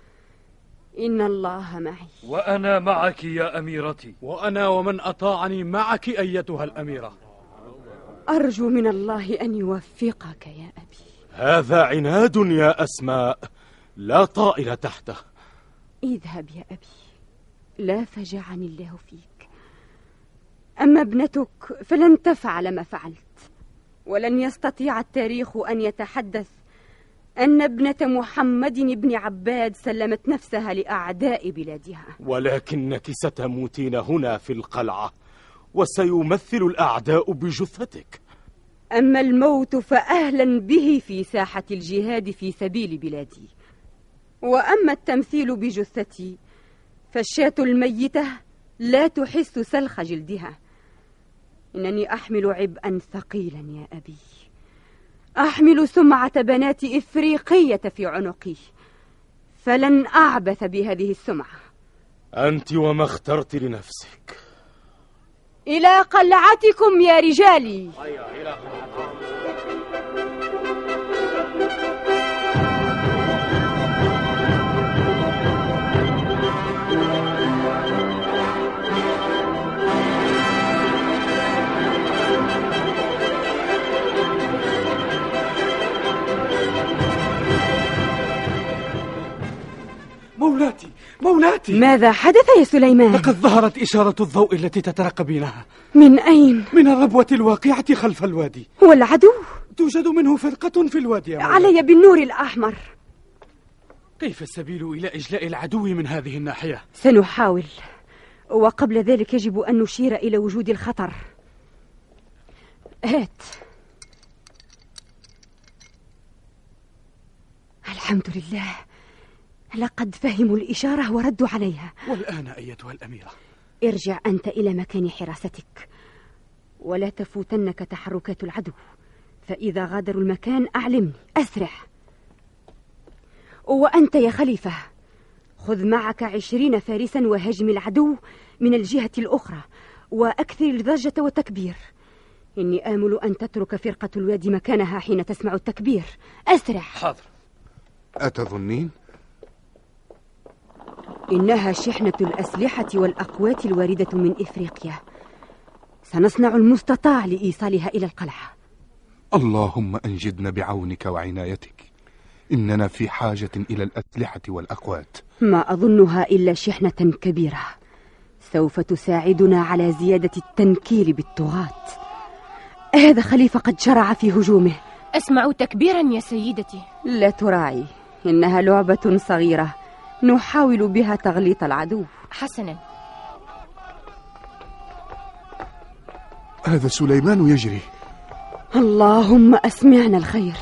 إن الله معي. وأنا معك يا أميرتي. وأنا ومن أطاعني معك أيتها الأميرة. أرجو من الله أن يوفقك يا أبي. هذا عناد يا أسماء، لا طائل تحته. اذهب يا أبي، لا فجعني الله فيك. أما ابنتك فلن تفعل ما فعلت، ولن يستطيع التاريخ أن يتحدث أن ابنة محمد بن عباد سلمت نفسها لأعداء بلادها. ولكنك ستموتين هنا في القلعة، وسيمثل الأعداء بجثتك. أما الموت فأهلا به في ساحة الجهاد في سبيل بلادي، وأما التمثيل بجثتي فالشاة الميتة لا تحس سلخ جلدها. إنني أحمل عبئا ثقيلا يا أبي، أحمل سمعة بنات إفريقية في عنقي، فلن أعبث بهذه السمعة. أنت وما اخترت لنفسك. إلى قلعتكم يا رجالي. مولاتي مولاتي، ماذا حدث يا سليمان؟ لقد ظهرت إشارة الضوء التي تترقبينها. من أين؟ من الربوة الواقعة خلف الوادي. والعدو؟ توجد منه فرقة في الوادي يا مولاتي. علي بالنور الأحمر. كيف السبيل إلى إجلاء العدو من هذه الناحية؟ سنحاول، وقبل ذلك يجب أن نشير إلى وجود الخطر. هات. الحمد لله، لقد فهموا الإشارة وردوا عليها. والآن أيتها الأميرة، ارجع أنت إلى مكان حراستك، ولا تفوتنك تحركات العدو، فإذا غادروا المكان أعلمني. أسرع. وأنت يا خليفة، خذ معك عشرين فارسا وهجم العدو من الجهة الأخرى، وأكثر الضجة والتكبير. إني آمل أن تترك فرقة الوادي مكانها حين تسمع التكبير. أسرع. حاضر. أتظنين؟ إنها شحنة الأسلحة والأقوات الواردة من إفريقيا، سنصنع المستطاع لإيصالها إلى القلعة. اللهم أنجدنا بعونك وعنايتك، إننا في حاجة إلى الأسلحة والأقوات. ما أظنها إلا شحنة كبيرة سوف تساعدنا على زيادة التنكيل بالطغاة. هذا خليفة قد شرع في هجومه. أسمع تكبيرا يا سيدتي. لا تراعي، إنها لعبة صغيرة نحاول بها تغليط العدو. حسنا. هذا سليمان يجري. اللهم أسمعنا الخير.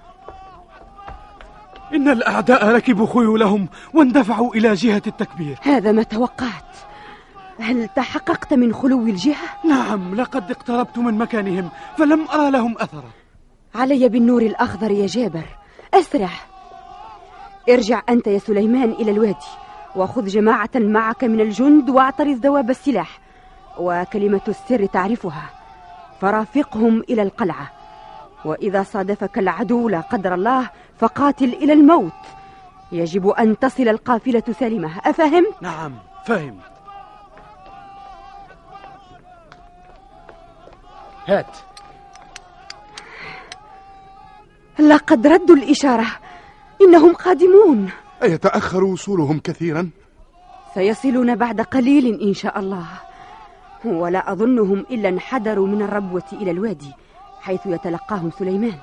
إن الأعداء ركبوا خيولهم واندفعوا إلى جهة التكبير. هذا ما توقعت. هل تحققت من خلو الجهة؟ نعم، لقد اقتربت من مكانهم فلم أرى لهم أثرا. علي بالنور الأخضر يا جابر. أسرع. ارجع أنت يا سليمان إلى الوادي، وخذ جماعة معك من الجند واعترض ذواب السلاح، وكلمة السر تعرفها، فرافقهم إلى القلعة، وإذا صادفك العدو لا قدر الله فقاتل إلى الموت. يجب أن تصل القافلة سالمة، أفهمت؟ نعم فهمت. هات. لقد ردوا الإشارة، إنهم قادمون. أيتأخر وصولهم كثيرا؟ سيصلون بعد قليل إن شاء الله، ولا أظنهم إلا انحدروا من الربوة إلى الوادي حيث يتلقاهم سليمان.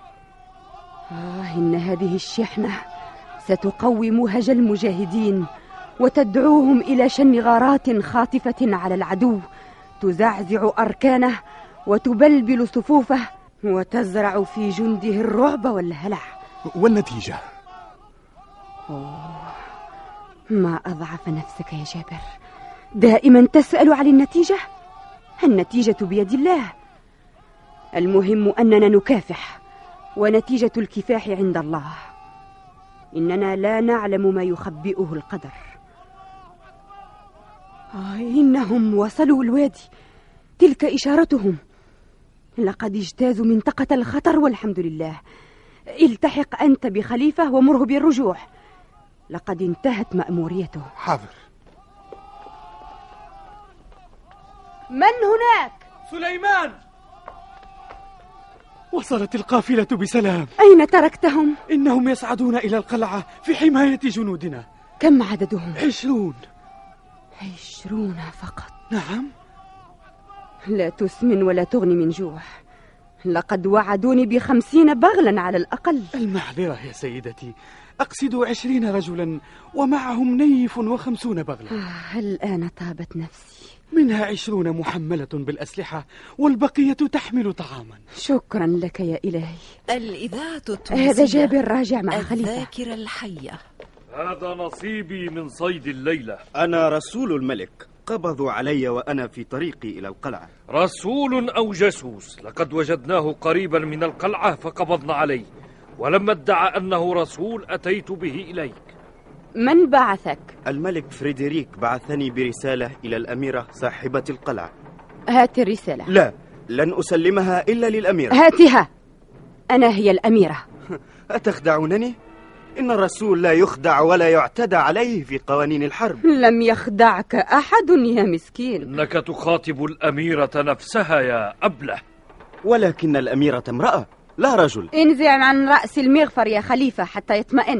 آه إن هذه الشحنة ستقوي مهج المجاهدين وتدعوهم إلى شن غارات خاطفة على العدو تزعزع أركانه وتبلبل صفوفه وتزرع في جنده الرعب والهلع. والنتيجة؟ أوه، ما أضعف نفسك يا جابر، دائما تسأل عن النتيجة. النتيجة بيد الله، المهم أننا نكافح، ونتيجة الكفاح عند الله. إننا لا نعلم ما يخبئه القدر. آه إنهم وصلوا الوادي، تلك إشارتهم. لقد اجتازوا منطقة الخطر والحمد لله. التحق أنت بخليفة ومره بالرجوع، لقد انتهت مأموريته. حاضر. من هناك؟ سليمان. وصلت القافلة بسلام. أين تركتهم؟ إنهم يصعدون إلى القلعة في حماية جنودنا. كم عددهم؟ عشرون. عشرون فقط؟ نعم. لا تسمن ولا تغني من جوع. لقد وعدوني بخمسين بغلا على الأقل. المعذرة يا سيدتي، أقصد عشرين رجلا ومعهم نيف وخمسون بغلا. آه الآن طابت نفسي. منها عشرون محملة بالأسلحة والبقية تحمل طعاما. شكرا لك يا إلهي. الإذاعة التونسية. هذا جابر راجع مع خليفة. الذاكرة الحية. هذا نصيبي من صيد الليلة. أنا رسول الملك، قبضوا علي وأنا في طريقي إلى القلعة. رسول أو جاسوس؟ لقد وجدناه قريبا من القلعة فقبضنا عليه، ولما ادعى أنه رسول أتيت به إليك. من بعثك؟ الملك فريدريك بعثني برسالة إلى الأميرة صاحبة القلعة. هات الرسالة. لا، لن أسلمها إلا للأميرة. هاتها، أنا هي الأميرة. أتخدعونني؟ إن الرسول لا يخدع ولا يعتدى عليه في قوانين الحرب. لم يخدعك أحد يا مسكين. إنك تخاطب الأميرة نفسها يا أبله. ولكن الأميرة امرأة لا رجل. انزع عن رأس المغفر يا خليفة حتى يطمئن.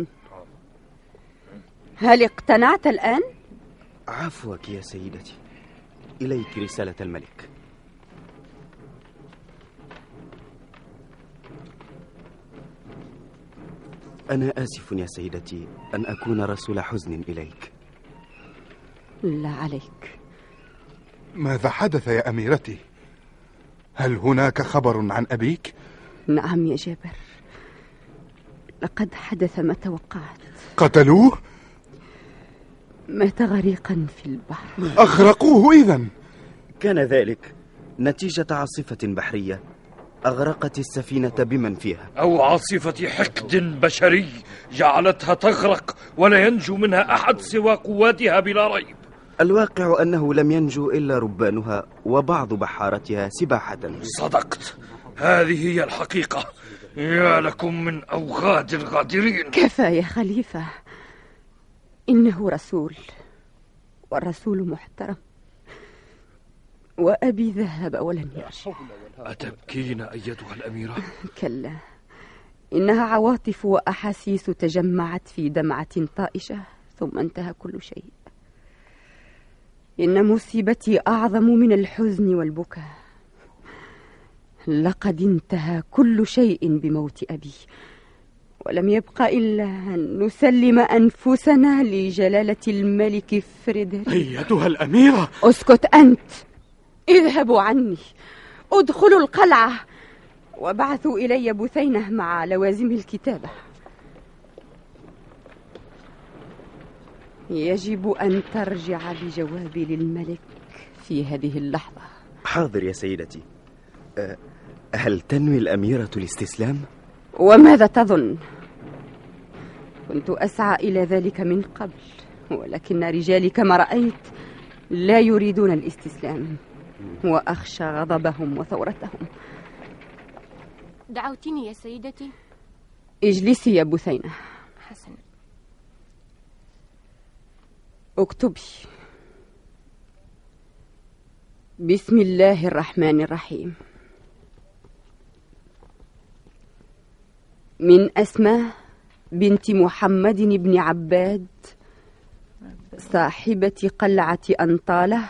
هل اقتنعت الآن؟ عفوك يا سيدتي، إليك رسالة الملك. أنا آسف يا سيدتي أن أكون رسول حزن إليك. لا عليك. ماذا حدث يا أميرتي؟ هل هناك خبر عن أبيك؟ نعم يا جابر، لقد حدث ما توقعت. قتلوه؟ مات غريقا في البحر. أغرقوه إذن؟ كان ذلك نتيجة عاصفة بحرية أغرقت السفينة بمن فيها، أو عاصفة حقد بشري جعلتها تغرق ولا ينجو منها أحد سوى قواتها بلا ريب. الواقع أنه لم ينجو إلا ربانها وبعض بحارتها سباحة. صدقت، هذه هي الحقيقة. يا لكم من أوغاد الغادرين. كفى يا خليفة، إنه رسول، والرسول محترم، وأبي ذهب ولن يرجع. أتبكين أيتها الأميرة؟ كلا، إنها عواطف وأحاسيس تجمعت في دمعة طائشة ثم انتهى كل شيء. إن مصيبتي أعظم من الحزن والبكاء. لقد انتهى كل شيء بموت أبي، ولم يبق إلا أن نسلم أنفسنا لجلالة الملك فريدريك. أيتها الأميرة، اسكت أنت، اذهبوا عني، ادخلوا القلعة وابعثوا إلي بثينة مع لوازم الكتابة. يجب أن ترجع بجوابي للملك في هذه اللحظة. حاضر يا سيدتي. أه هل تنوي الأميرة الاستسلام؟ وماذا تظن؟ كنت أسعى إلى ذلك من قبل، ولكن رجالي كما رأيت لا يريدون الاستسلام، وأخشى غضبهم وثورتهم. دعوتني يا سيدتي؟ اجلسي يا بثينة. حسنا. اكتبي. بسم الله الرحمن الرحيم. من أسماء بنت محمد بن عباد صاحبة قلعة أنطالة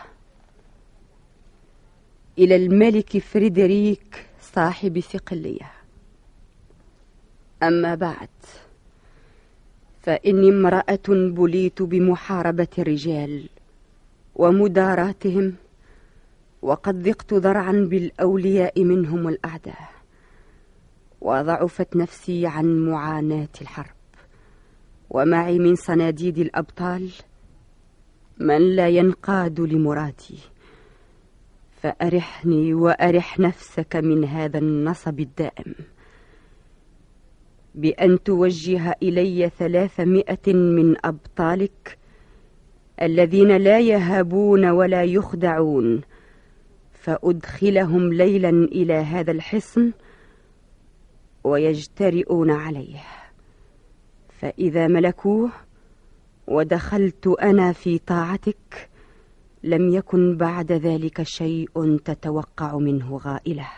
إلى الملك فريدريك صاحب صقلية. أما بعد، فإني امرأة بليت بمحاربة الرجال ومداراتهم، وقد ضقت ذرعا بالأولياء منهم والأعداء، وضعفت نفسي عن معاناة الحرب، ومعي من صناديد الأبطال من لا ينقاد لمرادي، فأرحني وأرح نفسك من هذا النصب الدائم بأن توجه إلي ثلاثمائة من أبطالك الذين لا يهابون ولا يخدعون، فأدخلهم ليلا إلى هذا الحصن ويجترئون عليه، فإذا ملكوه ودخلت أنا في طاعتك لم يكن بعد ذلك شيء تتوقع منه غائلة،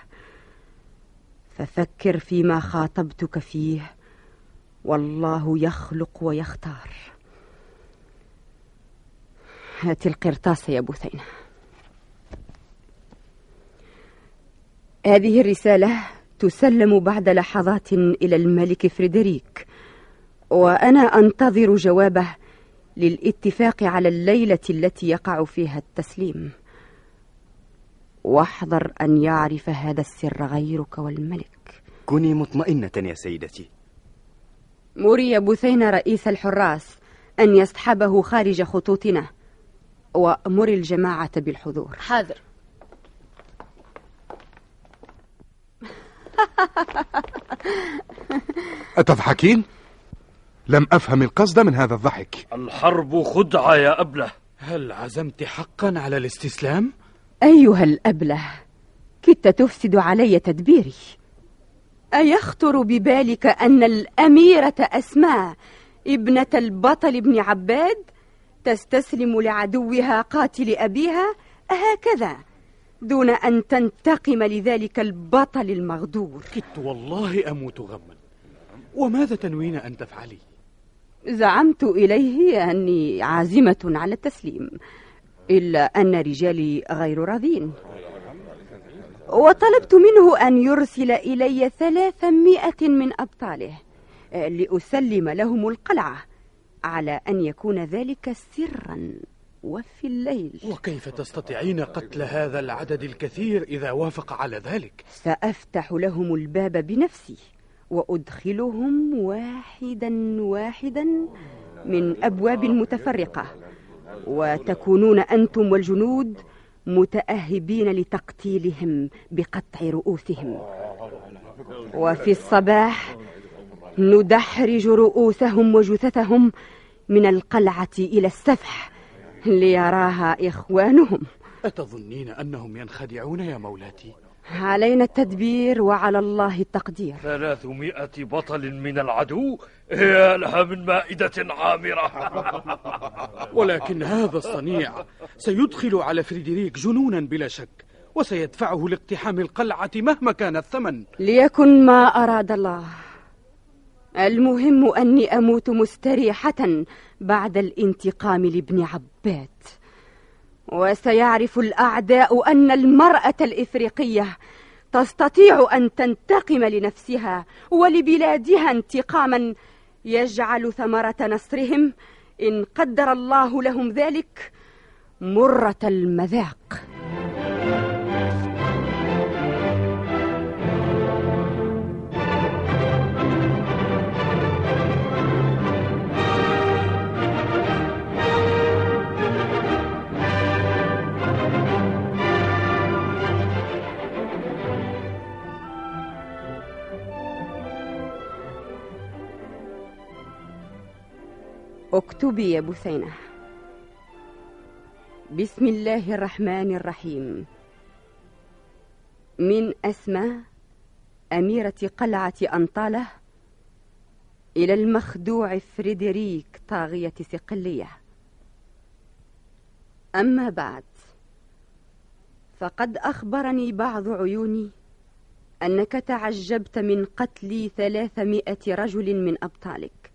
ففكر فيما خاطبتك فيه، والله يخلق ويختار. هات القرطاس يا بثينة. هذه الرسالة تسلم بعد لحظات إلى الملك فريدريك، وأنا أنتظر جوابه للاتفاق على الليلة التي يقع فيها التسليم. واحذر أن يعرف هذا السر غيرك والملك. كوني مطمئنة يا سيدتي. مري يا بثينة رئيس الحراس أن يصحبه خارج خطوطنا، وأمر الجماعة بالحضور. حاضر. أتضحكين؟ لم أفهم القصد من هذا الضحك. الحرب خدعة يا أبله. هل عزمت حقا على الاستسلام؟ أيها الأبله، كدت تفسد علي تدبيري. أيخطر ببالك أن الأميرة أسماء ابنة البطل ابن عباد تستسلم لعدوها قاتل أبيها هكذا دون أن تنتقم لذلك البطل المغدور؟ كدت والله أموت غما. وماذا تنوين أن تفعلي؟ زعمت إليه أني عازمة على التسليم، إلا أن رجالي غير راضين، وطلبت منه أن يرسل إلي ثلاثمائة من أبطاله لأسلم لهم القلعة، على أن يكون ذلك سرا وفي الليل. وكيف تستطيعين قتل هذا العدد الكثير إذا وافق على ذلك؟ سأفتح لهم الباب بنفسي وأدخلهم واحدا واحدا من أبواب متفرقة، وتكونون أنتم والجنود متأهبين لتقتيلهم بقطع رؤوسهم، وفي الصباح ندحرج رؤوسهم وجثثهم من القلعة إلى السفح ليراها إخوانهم. أتظنين أنهم ينخدعون يا مولاتي؟ علينا التدبير وعلى الله التقدير. ثلاثمائة بطل من العدو، يا لها من مائدة عامرة. ولكن هذا الصنيع سيدخل على فريدريك جنونا بلا شك، وسيدفعه لاقتحام القلعة مهما كان الثمن. ليكن ما أراد الله. المهم أني أموت مستريحة بعد الانتقام لابن عباد، وسيعرف الأعداء أن المرأة الإفريقية تستطيع أن تنتقم لنفسها ولبلادها انتقاما يجعل ثمرة نصرهم، إن قدر الله لهم ذلك، مرة المذاق. اكتبي يا بثينة. بسم الله الرحمن الرحيم. من أسماء أميرة قلعة أنطالة إلى المخدوع فريدريك طاغية صقلية. أما بعد، فقد أخبرني بعض عيوني أنك تعجبت من قتل ثلاثمائة رجل من أبطالك،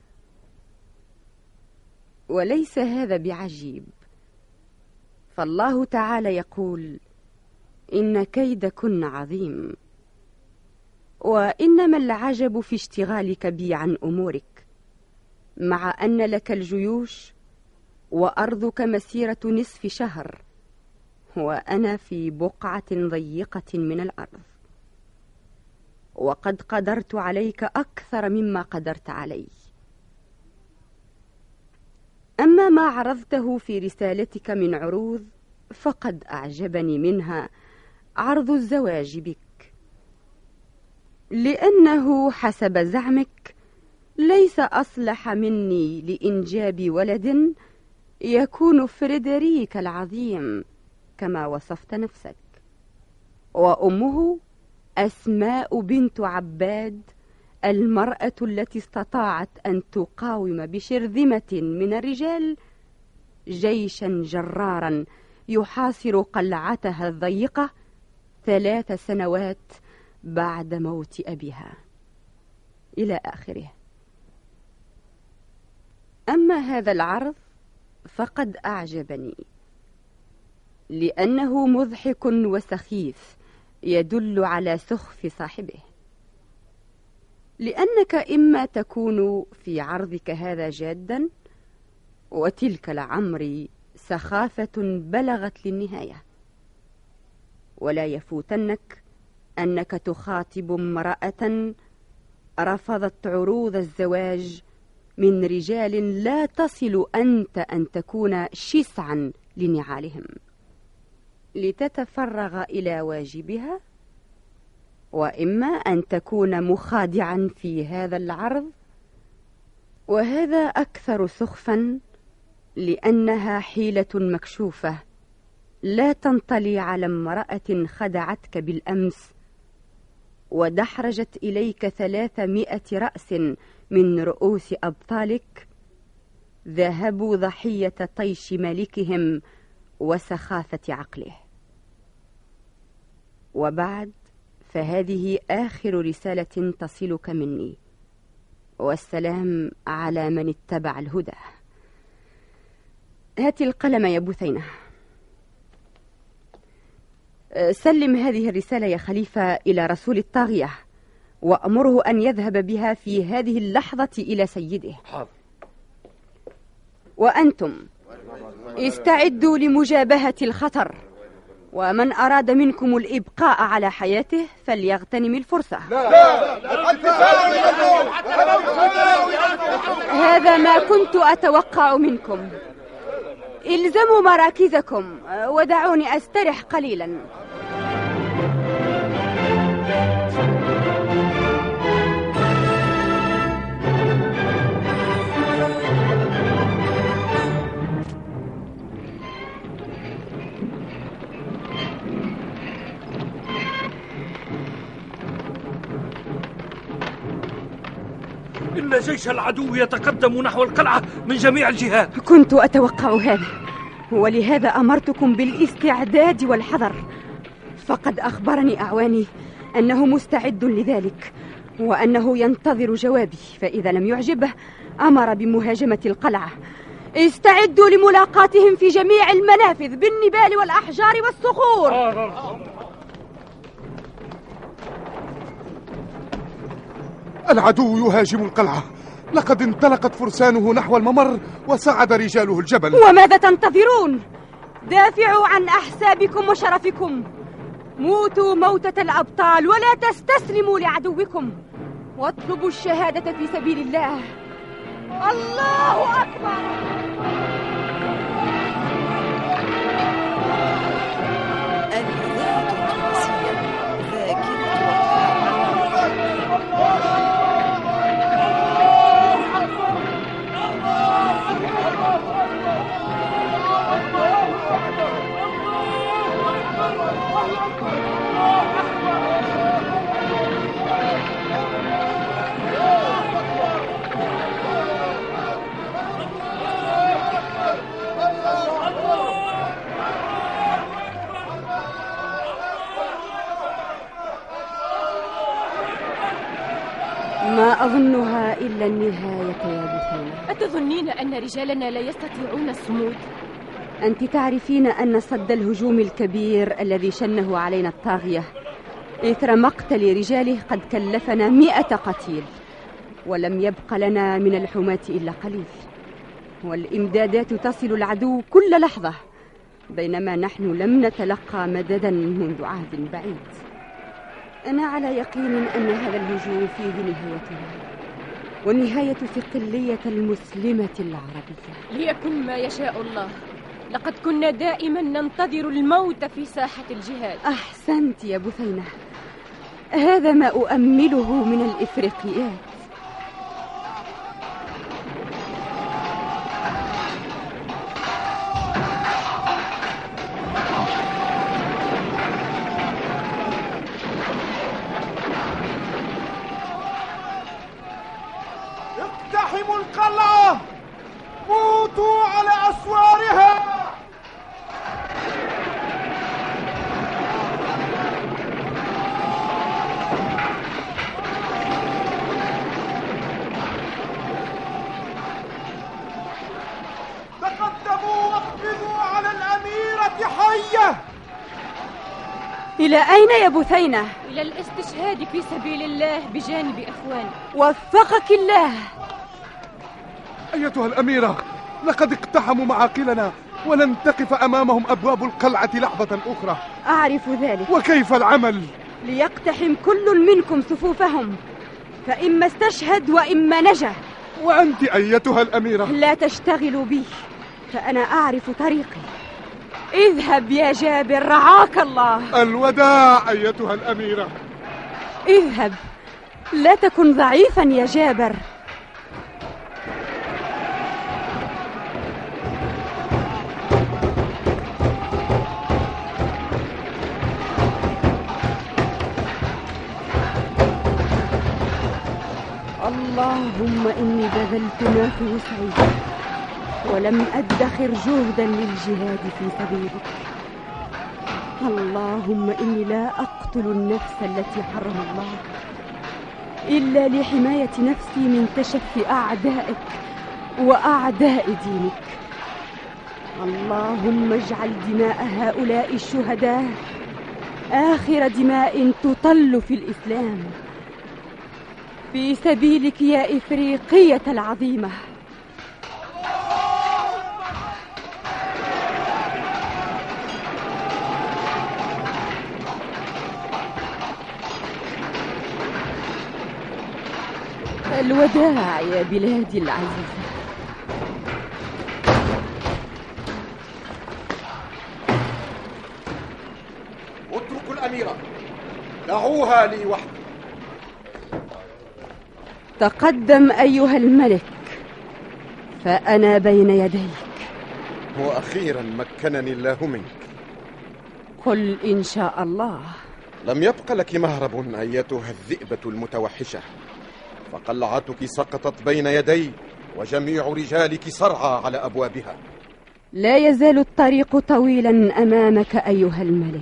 وليس هذا بعجيب، فالله تعالى يقول: إن كيدكن عظيم. وإنما العجب في اشتغالك بي عن أمورك، مع أن لك الجيوش وأرضك مسيرة نصف شهر، وأنا في بقعة ضيقة من الأرض، وقد قدرت عليك أكثر مما قدرت علي. أما ما عرضته في رسالتك من عروض فقد أعجبني منها عرض الزواج بك، لأنه حسب زعمك ليس أصلح مني لإنجاب ولد يكون فريدريك العظيم كما وصفت نفسك، وأمه أسماء بنت عباد، المرأة التي استطاعت أن تقاوم بشرذمة من الرجال جيشا جرارا يحاصر قلعتها الضيقة ثلاث سنوات بعد موت أبيها، إلى آخره. أما هذا العرض فقد أعجبني، لأنه مضحك وسخيف يدل على سخف صاحبه، لأنك إما تكون في عرضك هذا جادا، وتلك لعمري سخافة بلغت للنهاية، ولا يفوتنك أنك تخاطب امرأة رفضت عروض الزواج من رجال لا تصل أنت أن تكون شسعا لنعالهم، لتتفرغ إلى واجبها، وإما أن تكون مخادعا في هذا العرض، وهذا أكثر سخفا لأنها حيلة مكشوفة لا تنطلي على امرأة خدعتك بالأمس ودحرجت إليك ثلاثمائة رأس من رؤوس أبطالك ذهبوا ضحية طيش ملكهم وسخافة عقله. وبعد فهذه آخر رسالة تصلك مني، والسلام على من اتبع الهدى. هات القلم يا بثينة، سلم هذه الرسالة يا خليفة إلى رسول الطاغية، وأمره أن يذهب بها في هذه اللحظة إلى سيده. حاضر. وأنتم استعدوا لمجابهة الخطر، ومن أراد منكم الإبقاء على حياته فليغتنم الفرصة. لا هذا ما كنت أتوقع منكم. الزموا مراكزكم ودعوني أسترح قليلا. إن جيش العدو يتقدم نحو القلعة من جميع الجهات. كنت أتوقع هذا، ولهذا أمرتكم بالاستعداد والحذر، فقد أخبرني أعواني أنه مستعد لذلك، وأنه ينتظر جوابي، فإذا لم يعجبه أمر بمهاجمة القلعة. استعدوا لملاقاتهم في جميع المنافذ بالنبال والأحجار والصخور. العدو يهاجم القلعة، لقد انطلقت فرسانه نحو الممر وصعد رجاله الجبل. وماذا تنتظرون؟ دافعوا عن أحسابكم وشرفكم، موتوا موتة الأبطال ولا تستسلموا لعدوكم، واطلبوا الشهادة في سبيل الله. الله أكبر. ما أظنها إلا النهاية يا بثينة. أتظنين أن رجالنا لا يستطيعون الصمود؟ أنت تعرفين أن صد الهجوم الكبير الذي شنه علينا الطاغية إثر مقتل رجاله قد كلفنا مئة قتيل، ولم يبق لنا من الحماة إلا قليل، والإمدادات تصل العدو كل لحظة، بينما نحن لم نتلقى مددا منذ عهد بعيد. أنا على يقين أن هذا الهجوم فيه نهايتنا، ونهاية صقلية المسلمة العربية. ليكن ما يشاء الله. لقد كنا دائما ننتظر الموت في ساحة الجهاد. أحسنت يا بثينة، هذا ما أؤمله من الإفريقيات. اقتحموا القلعة، موتوا على أسوارها. تقدموا واقبضوا على الأميرة حية. إلى أين يا بثينة؟ إلى الاستشهاد في سبيل الله بجانب أخواني. وفقك الله. أيتها الأميرة، لقد اقتحموا معاقلنا، ولن تقف أمامهم أبواب القلعة لحظة أخرى. أعرف ذلك. وكيف العمل؟ ليقتحم كل منكم صفوفهم، فإما استشهد وإما نجا. وأنت أيتها الأميرة؟ لا تشتغلوا بي، فأنا أعرف طريقي. اذهب يا جابر، رعاك الله. الوداع أيتها الأميرة. اذهب، لا تكن ضعيفا يا جابر. اللهم إني بذلت ما في وسعي، ولم أدخر جهدا للجهاد في سبيلك. اللهم إني لا أقتل النفس التي حرم الله إلا لحماية نفسي من تشفي أعدائك وأعداء دينك. اللهم اجعل دماء هؤلاء الشهداء آخر دماء تطل في الإسلام في سبيلك يا إفريقية العظيمة. الوداع يا بلادي العزيزة. اتركوا الأميرة، دعوها لي وحدي. تقدم أيها الملك، فأنا بين يديك. وأخيرا مكنني الله منك. قل إن شاء الله. لم يبق لك مهرب أيتها الذئبة المتوحشة، فقلعتك سقطت بين يدي، وجميع رجالك صرعى على أبوابها. لا يزال الطريق طويلا أمامك أيها الملك.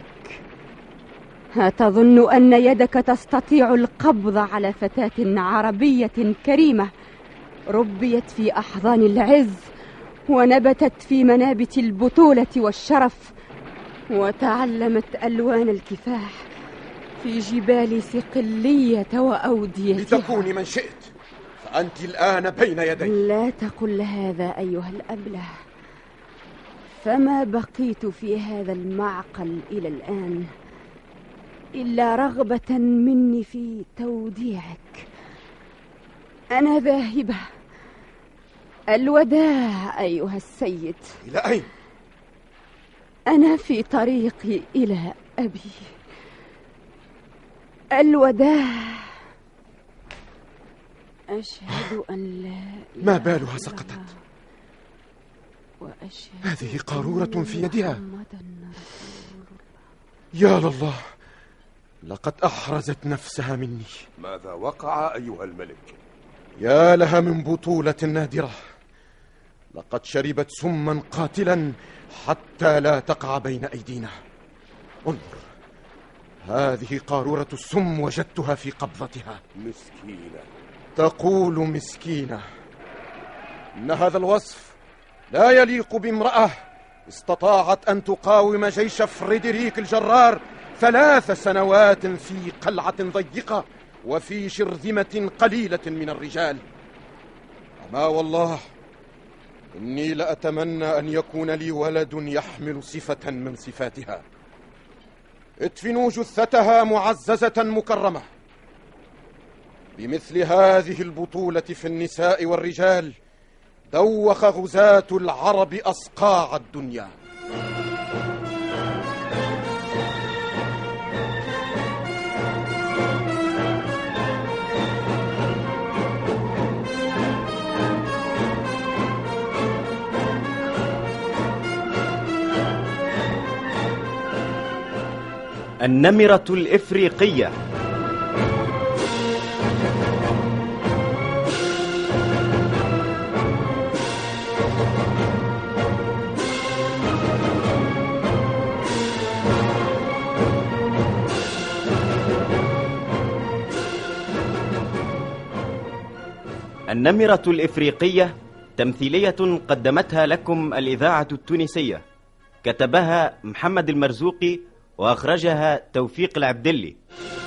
أتظن أن يدك تستطيع القبض على فتاة عربية كريمة ربيت في أحضان العز، ونبتت في منابت البطولة والشرف، وتعلمت ألوان الكفاح في جبال صقلية وأوديتها؟ لتكوني من شئت، فأنت الآن بين يدي. لا تقل هذا أيها الأبله، فما بقيت في هذا المعقل إلى الآن إلا رغبة مني في توديعك. أنا ذاهبة. الوداع أيها السيد. إلى أين؟ أنا في طريقي إلى أبي. الوداع. أشهد أن لا ما بالها سقطت؟ هذه قارورة في يدها. يا لله، لقد أحرزت نفسها مني. ماذا وقع أيها الملك؟ يا لها من بطولة نادرة، لقد شربت سما قاتلا حتى لا تقع بين أيدينا. انظر، هذه قارورة السم وجدتها في قبضتها. مسكينة، تقول مسكينة. إن هذا الوصف لا يليق بامرأة استطاعت أن تقاوم جيش فريدريك الجرار ثلاث سنوات في قلعة ضيقة وفي شرذمة قليلة من الرجال. أما والله إني لأتمنى أن يكون لي ولد يحمل صفة من صفاتها. ادفنوا جثتها معززة مكرمة. بمثل هذه البطولة في النساء والرجال دوخ غزاة العرب أصقاع الدنيا. النمرة الإفريقية. النمرة الإفريقية تمثيلية قدمتها لكم الإذاعة التونسية، كتبها محمد المرزوقي وأخرجها توفيق العبدلي.